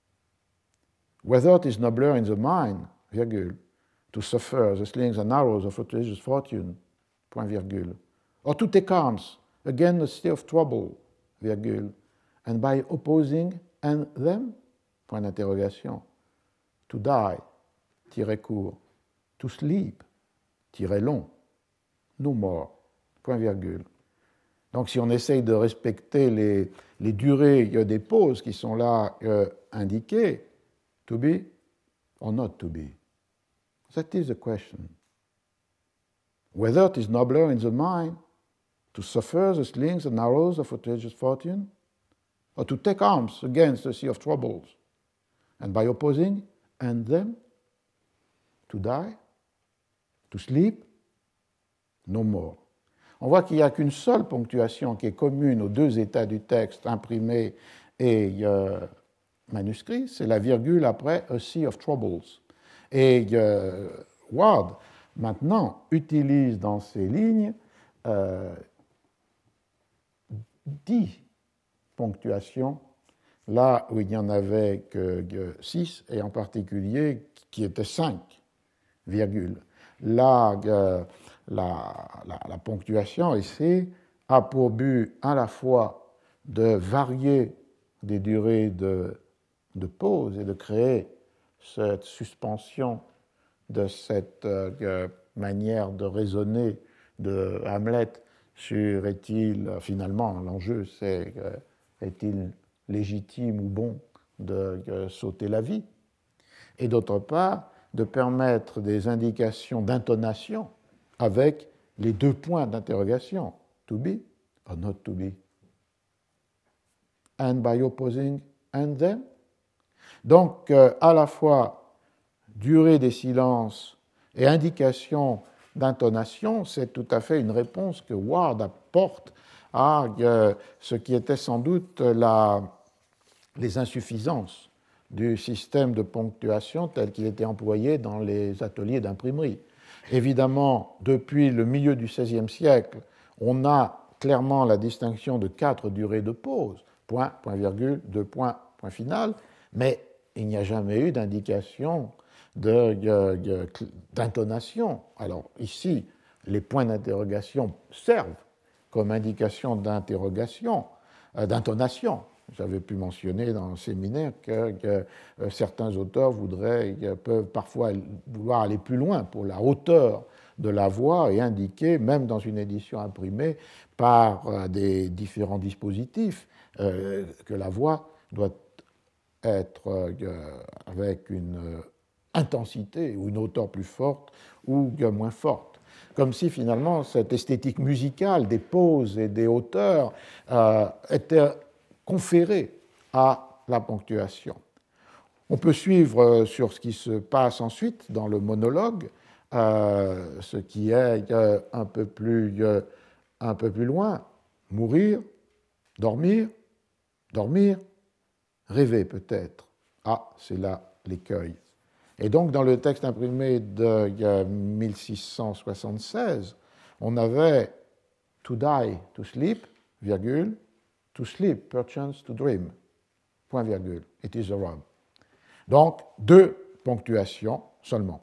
Whether it is nobler in the mind, virgule, to suffer the slings and arrows of outrageous fortune, point virgule, or to take arms against a sea of trouble, virgule, and by opposing and them, point d'interrogation, to die, tiret court, to sleep, tiret long, no more, point virgule. Donc si on essaye de respecter les, les durées des pauses qui sont là euh, indiquées, to be or not to be, that is the question. Whether it is nobler in the mind to suffer the slings and arrows of outrageous fortune, or to take arms against a sea of troubles, and by opposing and them, to die, to sleep, no more. On voit qu'il n'y a qu'une seule ponctuation qui est commune aux deux états du texte, imprimé et euh, manuscrit, c'est la virgule après a sea of troubles. Et euh, Ward, maintenant, utilise dans ces lignes euh, dix ponctuations, là où il n'y en avait que six, et en particulier qui étaient cinq virgule. Là, euh, la, la, la ponctuation ici a pour but à la fois de varier des durées de, de pause et de créer cette suspension de cette euh, manière de raisonner de Hamlet sur est-il, finalement, l'enjeu c'est euh, est-il légitime ou bon de euh, sauter la vie, et d'autre part de permettre des indications d'intonation avec les deux points d'interrogation, to be or not to be, and by opposing and then. Donc, euh, à la fois durée des silences et indication d'intonation, c'est tout à fait une réponse que Ward apporte à euh, ce qui était sans doute la, les insuffisances du système de ponctuation tel qu'il était employé dans les ateliers d'imprimerie. Évidemment, depuis le milieu du seizième siècle, on a clairement la distinction de quatre durées de pause, point, point virgule, deux points, point final, mais il n'y a jamais eu d'indication de, de, de, d'intonation. Alors ici, les points d'interrogation servent comme indication d'interrogation, euh, d'intonation. J'avais pu mentionner dans le séminaire que, que euh, certains auteurs voudraient, peuvent parfois vouloir aller plus loin pour la hauteur de la voix et indiquer, même dans une édition imprimée, par euh, des différents dispositifs, euh, que la voix doit être euh, avec une euh, intensité ou une hauteur plus forte ou euh, moins forte. Comme si finalement cette esthétique musicale des pauses et des hauteurs euh, était conférée à la ponctuation. On peut suivre sur ce qui se passe ensuite dans le monologue, euh, ce qui est euh, un peu plus, euh, un peu plus loin. Mourir, dormir, dormir, rêver peut-être. Ah, c'est là l'écueil. Et donc, dans le texte imprimé de mille six cent soixante-seize, on avait to die, to sleep, virgule, to sleep, perchance to dream, point virgule, it is a rub. Donc, deux ponctuations seulement.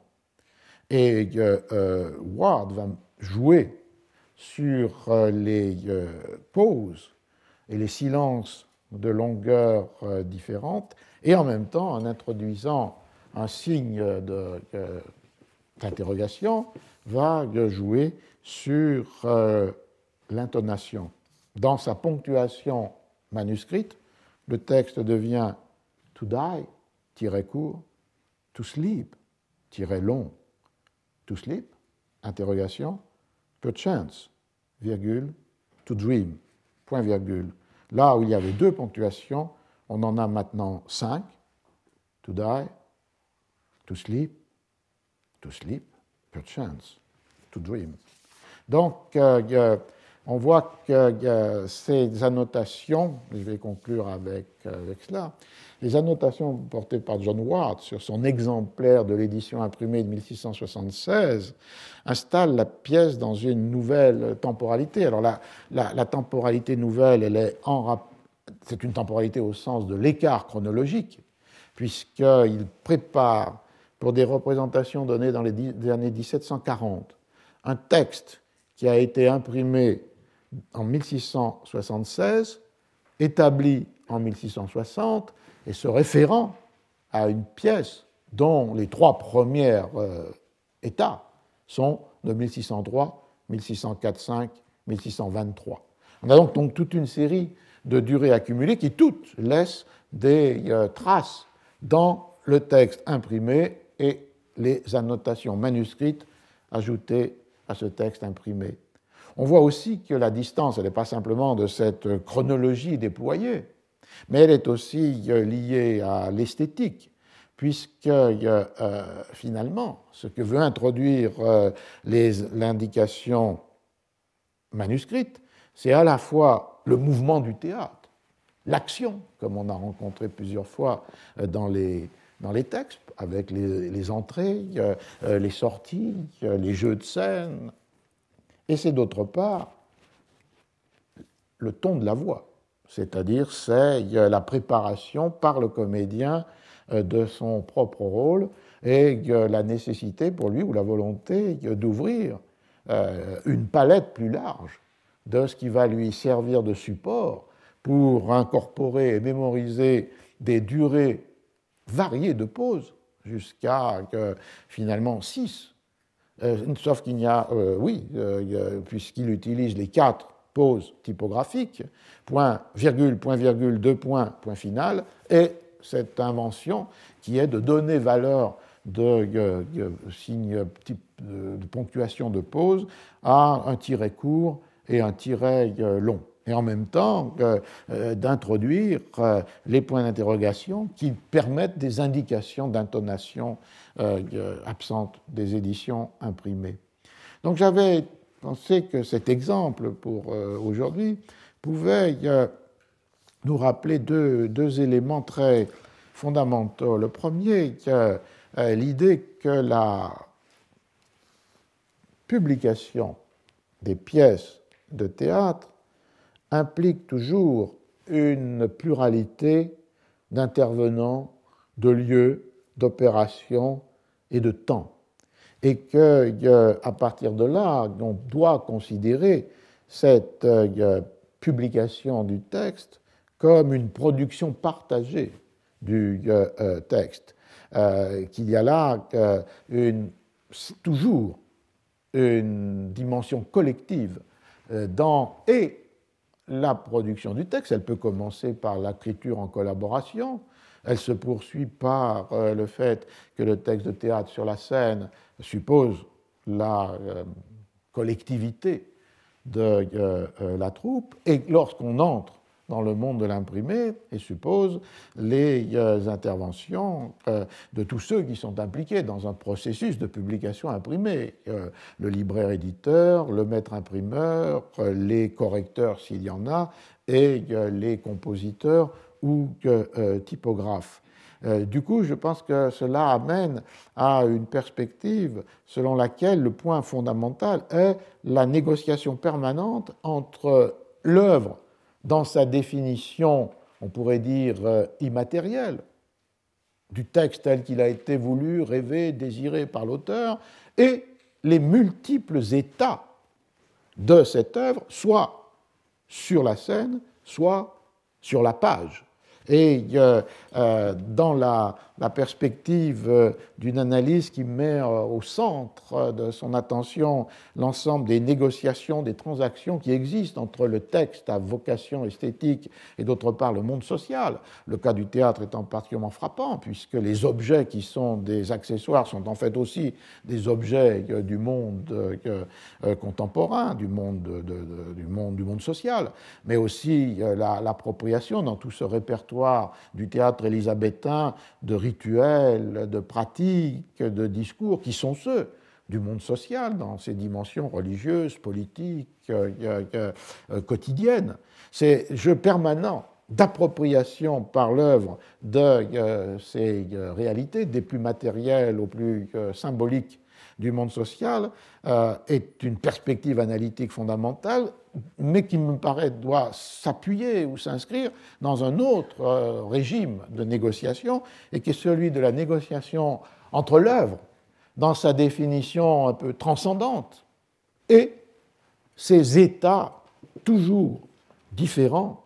Et euh, euh, Ward va jouer sur euh, les euh, pauses et les silences de longueur euh, différentes, et en même temps en introduisant un signe de, euh, d'interrogation, va jouer sur euh, l'intonation. Dans sa ponctuation manuscrite, le texte devient to die, tiret court, to sleep, tiret long, to sleep, interrogation, perchance, virgule, to dream, point virgule. Là où il y avait deux ponctuations, on en a maintenant cinq, to die, to sleep, to sleep, perchance, to dream. Donc, euh, on voit que euh, ces annotations, je vais conclure avec, avec cela, les annotations portées par John Ward sur son exemplaire de l'édition imprimée de mille six cent soixante-seize installent la pièce dans une nouvelle temporalité. Alors la, la, la temporalité nouvelle, elle est en rap... c'est une temporalité au sens de l'écart chronologique, puisqu'il prépare pour des représentations données dans les années dix-sept cent quarante un texte qui a été imprimé en mille six cent soixante-seize, établi en mille six cent soixante, et se référant à une pièce dont les trois premiers euh, états sont de mille six cent trois, mille six cent quatre-cinq, mille six cent vingt-trois. On a donc, donc toute une série de durées accumulées qui toutes laissent des euh, traces dans le texte imprimé et les annotations manuscrites ajoutées à ce texte imprimé. On voit aussi que la distance, elle n'est pas simplement de cette chronologie déployée, mais elle est aussi liée à l'esthétique, puisque euh, finalement, ce que veut introduire euh, les, l'indication manuscrite, c'est à la fois le mouvement du théâtre, l'action, comme on a rencontré plusieurs fois dans les, dans les textes, avec les, les entrées, euh, les sorties, euh, les jeux de scène, et c'est d'autre part le ton de la voix, c'est-à-dire c'est la préparation par le comédien de son propre rôle et la nécessité pour lui ou la volonté d'ouvrir une palette plus large de ce qui va lui servir de support pour incorporer et mémoriser des durées variées de pauses, jusqu'à euh, finalement six. Euh, sauf qu'il y a, euh, oui, euh, puisqu'il utilise les quatre pauses typographiques, point, virgule, point, virgule, deux points, point final, et cette invention qui est de donner valeur de, de, de signe type de, de ponctuation de pause à un tiret court et un tiret long. Et en même temps euh, euh, d'introduire euh, les points d'interrogation qui permettent des indications d'intonation euh, euh, absentes des éditions imprimées. Donc j'avais pensé que cet exemple pour euh, aujourd'hui pouvait euh, nous rappeler deux, deux éléments très fondamentaux. Le premier, euh, l'idée que la publication des pièces de théâtre implique toujours une pluralité d'intervenants, de lieux, d'opérations et de temps. Et qu'à partir de là, on doit considérer cette publication du texte comme une production partagée du texte, qu'il y a là une, toujours une dimension collective dans et la production du texte. Elle peut commencer par l'écriture en collaboration, elle se poursuit par euh, le fait que le texte de théâtre sur la scène suppose la euh, collectivité de euh, euh, la troupe, et lorsqu'on entre dans le monde de l'imprimé, et suppose les euh, interventions euh, de tous ceux qui sont impliqués dans un processus de publication imprimée, euh, le libraire-éditeur, le maître-imprimeur, euh, les correcteurs s'il y en a, et euh, les compositeurs ou euh, typographes. Euh, du coup, je pense que cela amène à une perspective selon laquelle le point fondamental est la négociation permanente entre l'œuvre dans sa définition, on pourrait dire, euh, immatérielle, du texte tel qu'il a été voulu, rêvé, désiré par l'auteur, et les multiples états de cette œuvre, soit sur la scène, soit sur la page. Et euh, euh, dans la, la perspective euh, d'une analyse qui met euh, au centre de son attention l'ensemble des négociations, des transactions qui existent entre le texte à vocation esthétique et d'autre part le monde social, le cas du théâtre étant particulièrement frappant, puisque les objets qui sont des accessoires sont en fait aussi des objets euh, du monde euh, euh, contemporain, du monde, de, de, du, monde, du monde social, mais aussi euh, la, l'appropriation dans tout ce répertoire du théâtre élisabétain de rituels, de pratiques, de discours qui sont ceux du monde social dans ses dimensions religieuses, politiques, euh, euh, quotidiennes. C'est un jeu permanent d'appropriation par l'œuvre de euh, ces euh, réalités, des plus matérielles aux plus euh, symboliques du monde social, euh, est une perspective analytique fondamentale, mais qui me paraît doit s'appuyer ou s'inscrire dans un autre euh, régime de négociation, et qui est celui de la négociation entre l'œuvre, dans sa définition un peu transcendante, et ses états toujours différents,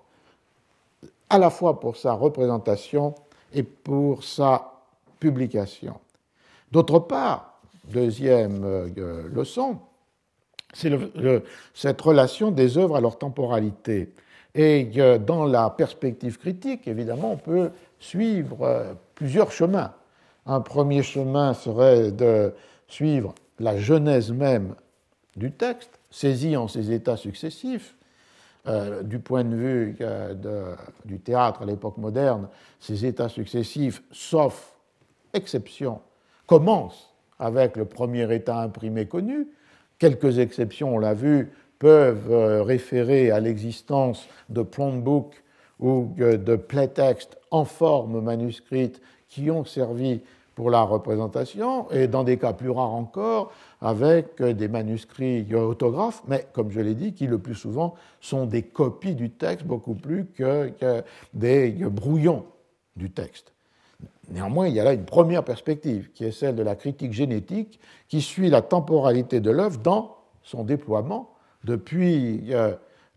à la fois pour sa représentation et pour sa publication. D'autre part, deuxième euh, leçon, c'est le, le, cette relation des œuvres à leur temporalité. Et euh, dans la perspective critique, évidemment, on peut suivre euh, plusieurs chemins. Un premier chemin serait de suivre la genèse même du texte, saisi en ses états successifs. Euh, du point de vue euh, de, du théâtre à l'époque moderne, ces états successifs, sauf exception, commencent avec le premier état imprimé connu. Quelques exceptions, on l'a vu, peuvent euh, référer à l'existence de plomb book ou euh, de playtext en forme manuscrite qui ont servi pour la représentation, et dans des cas plus rares encore, avec des manuscrits autographes, mais comme je l'ai dit, qui le plus souvent sont des copies du texte, beaucoup plus que, que des brouillons du texte. Néanmoins, il y a là une première perspective, qui est celle de la critique génétique, qui suit la temporalité de l'œuvre dans son déploiement, depuis euh,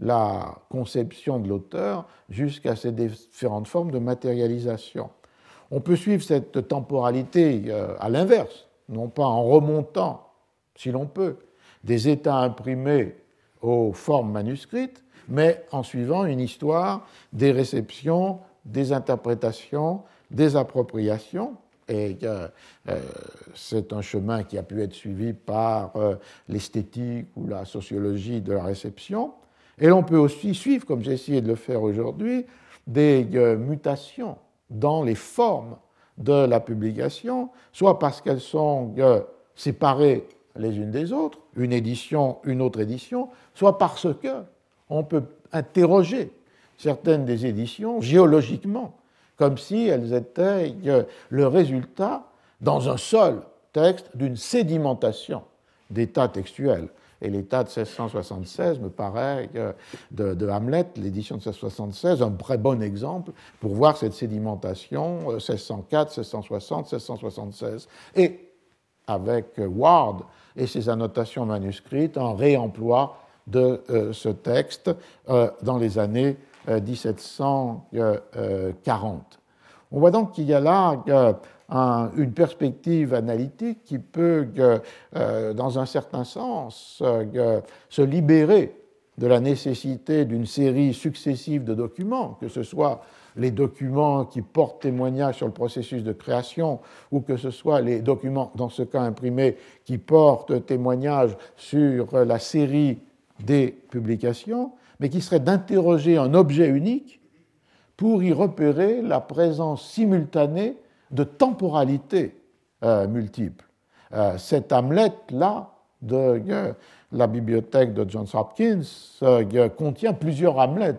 la conception de l'auteur jusqu'à ses différentes formes de matérialisation. On peut suivre cette temporalité euh, à l'inverse, non pas en remontant, si l'on peut, des états imprimés aux formes manuscrites, mais en suivant une histoire des réceptions, des interprétations, des appropriations. Et euh, euh, c'est un chemin qui a pu être suivi par euh, l'esthétique ou la sociologie de la réception. Et l'on peut aussi suivre, comme j'ai essayé de le faire aujourd'hui, des euh, mutations dans les formes de la publication, soit parce qu'elles sont euh, séparées les unes des autres, une édition, une autre édition, soit parce qu'on peut interroger certaines des éditions géologiquement, comme si elles étaient euh, le résultat, dans un seul texte, d'une sédimentation d'états textuels. Et l'état de seize cent soixante-seize me paraît, euh, de, de Hamlet, l'édition de seize cent soixante-seize, un très bon exemple pour voir cette sédimentation, euh, seize cent quatre, seize cent soixante, seize cent soixante-seize. Et avec Ward et ses annotations manuscrites, un réemploi de euh, ce texte euh, dans les années euh, dix-sept cent quarante. On voit donc qu'il y a là euh, un, une perspective analytique qui peut, euh, dans un certain sens, euh, se libérer de la nécessité d'une série successive de documents, que ce soit les documents qui portent témoignage sur le processus de création ou que ce soit les documents, dans ce cas imprimés, qui portent témoignage sur la série des publications, mais qui serait d'interroger un objet unique pour y repérer la présence simultanée de temporalités euh, multiples. Euh, cet Hamlet-là, de euh, la bibliothèque de Johns Hopkins, euh, contient plusieurs Hamlets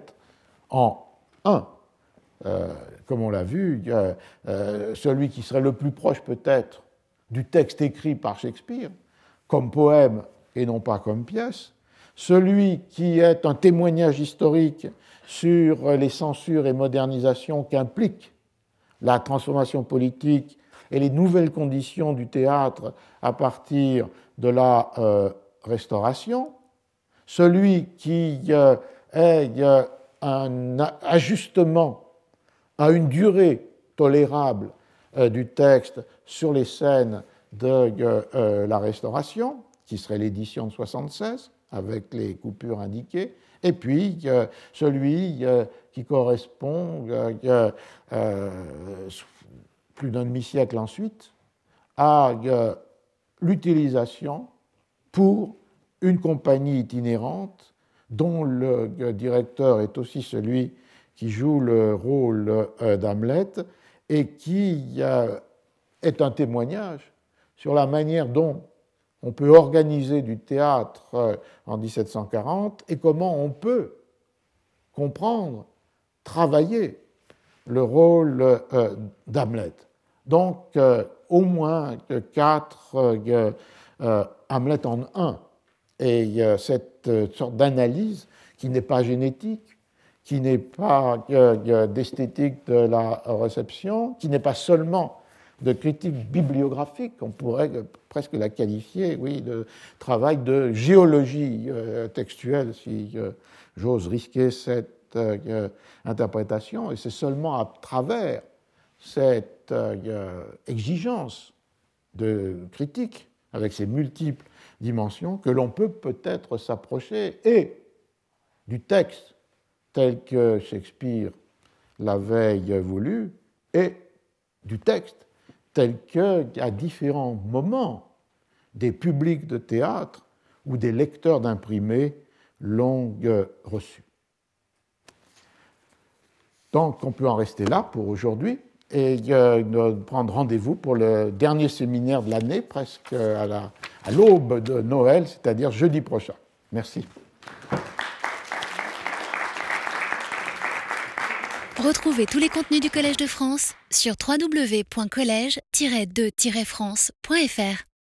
en un. Euh, comme on l'a vu, euh, euh, celui qui serait le plus proche peut-être du texte écrit par Shakespeare, comme poème et non pas comme pièce, celui qui est un témoignage historique sur les censures et modernisations qu'implique la transformation politique et les nouvelles conditions du théâtre à partir de la euh, Restauration, celui qui euh, est euh, un ajustement à une durée tolérable euh, du texte sur les scènes de euh, la Restauration, qui serait l'édition de soixante-seize, avec les coupures indiquées, et puis euh, celui euh, qui correspond, euh, euh, plus d'un demi-siècle ensuite, à euh, l'utilisation pour une compagnie itinérante dont le directeur est aussi celui qui joue le rôle d'Hamlet et qui est un témoignage sur la manière dont on peut organiser du théâtre en dix-sept cent quarante et comment on peut comprendre, travailler le rôle d'Hamlet. Donc, au moins quatre Hamlet en un. Et cette sorte d'analyse qui n'est pas génétique, qui n'est pas d'esthétique de la réception, qui n'est pas seulement de critique bibliographique, on pourrait presque la qualifier, oui, de travail de géologie textuelle, si j'ose risquer cette interprétation. Et c'est seulement à travers cette exigence de critique, avec ses multiples dimensions, que l'on peut peut-être s'approcher et du texte tel que Shakespeare l'avait voulu, et du texte tel que, à différents moments, des publics de théâtre ou des lecteurs d'imprimés l'ont reçu. Donc, on peut en rester là pour aujourd'hui et euh, prendre rendez-vous pour le dernier séminaire de l'année, presque à, la, à l'aube de Noël, c'est-à-dire jeudi prochain. Merci. Retrouvez tous les contenus du Collège de France sur w w w point collège tiret de tiret france point f r.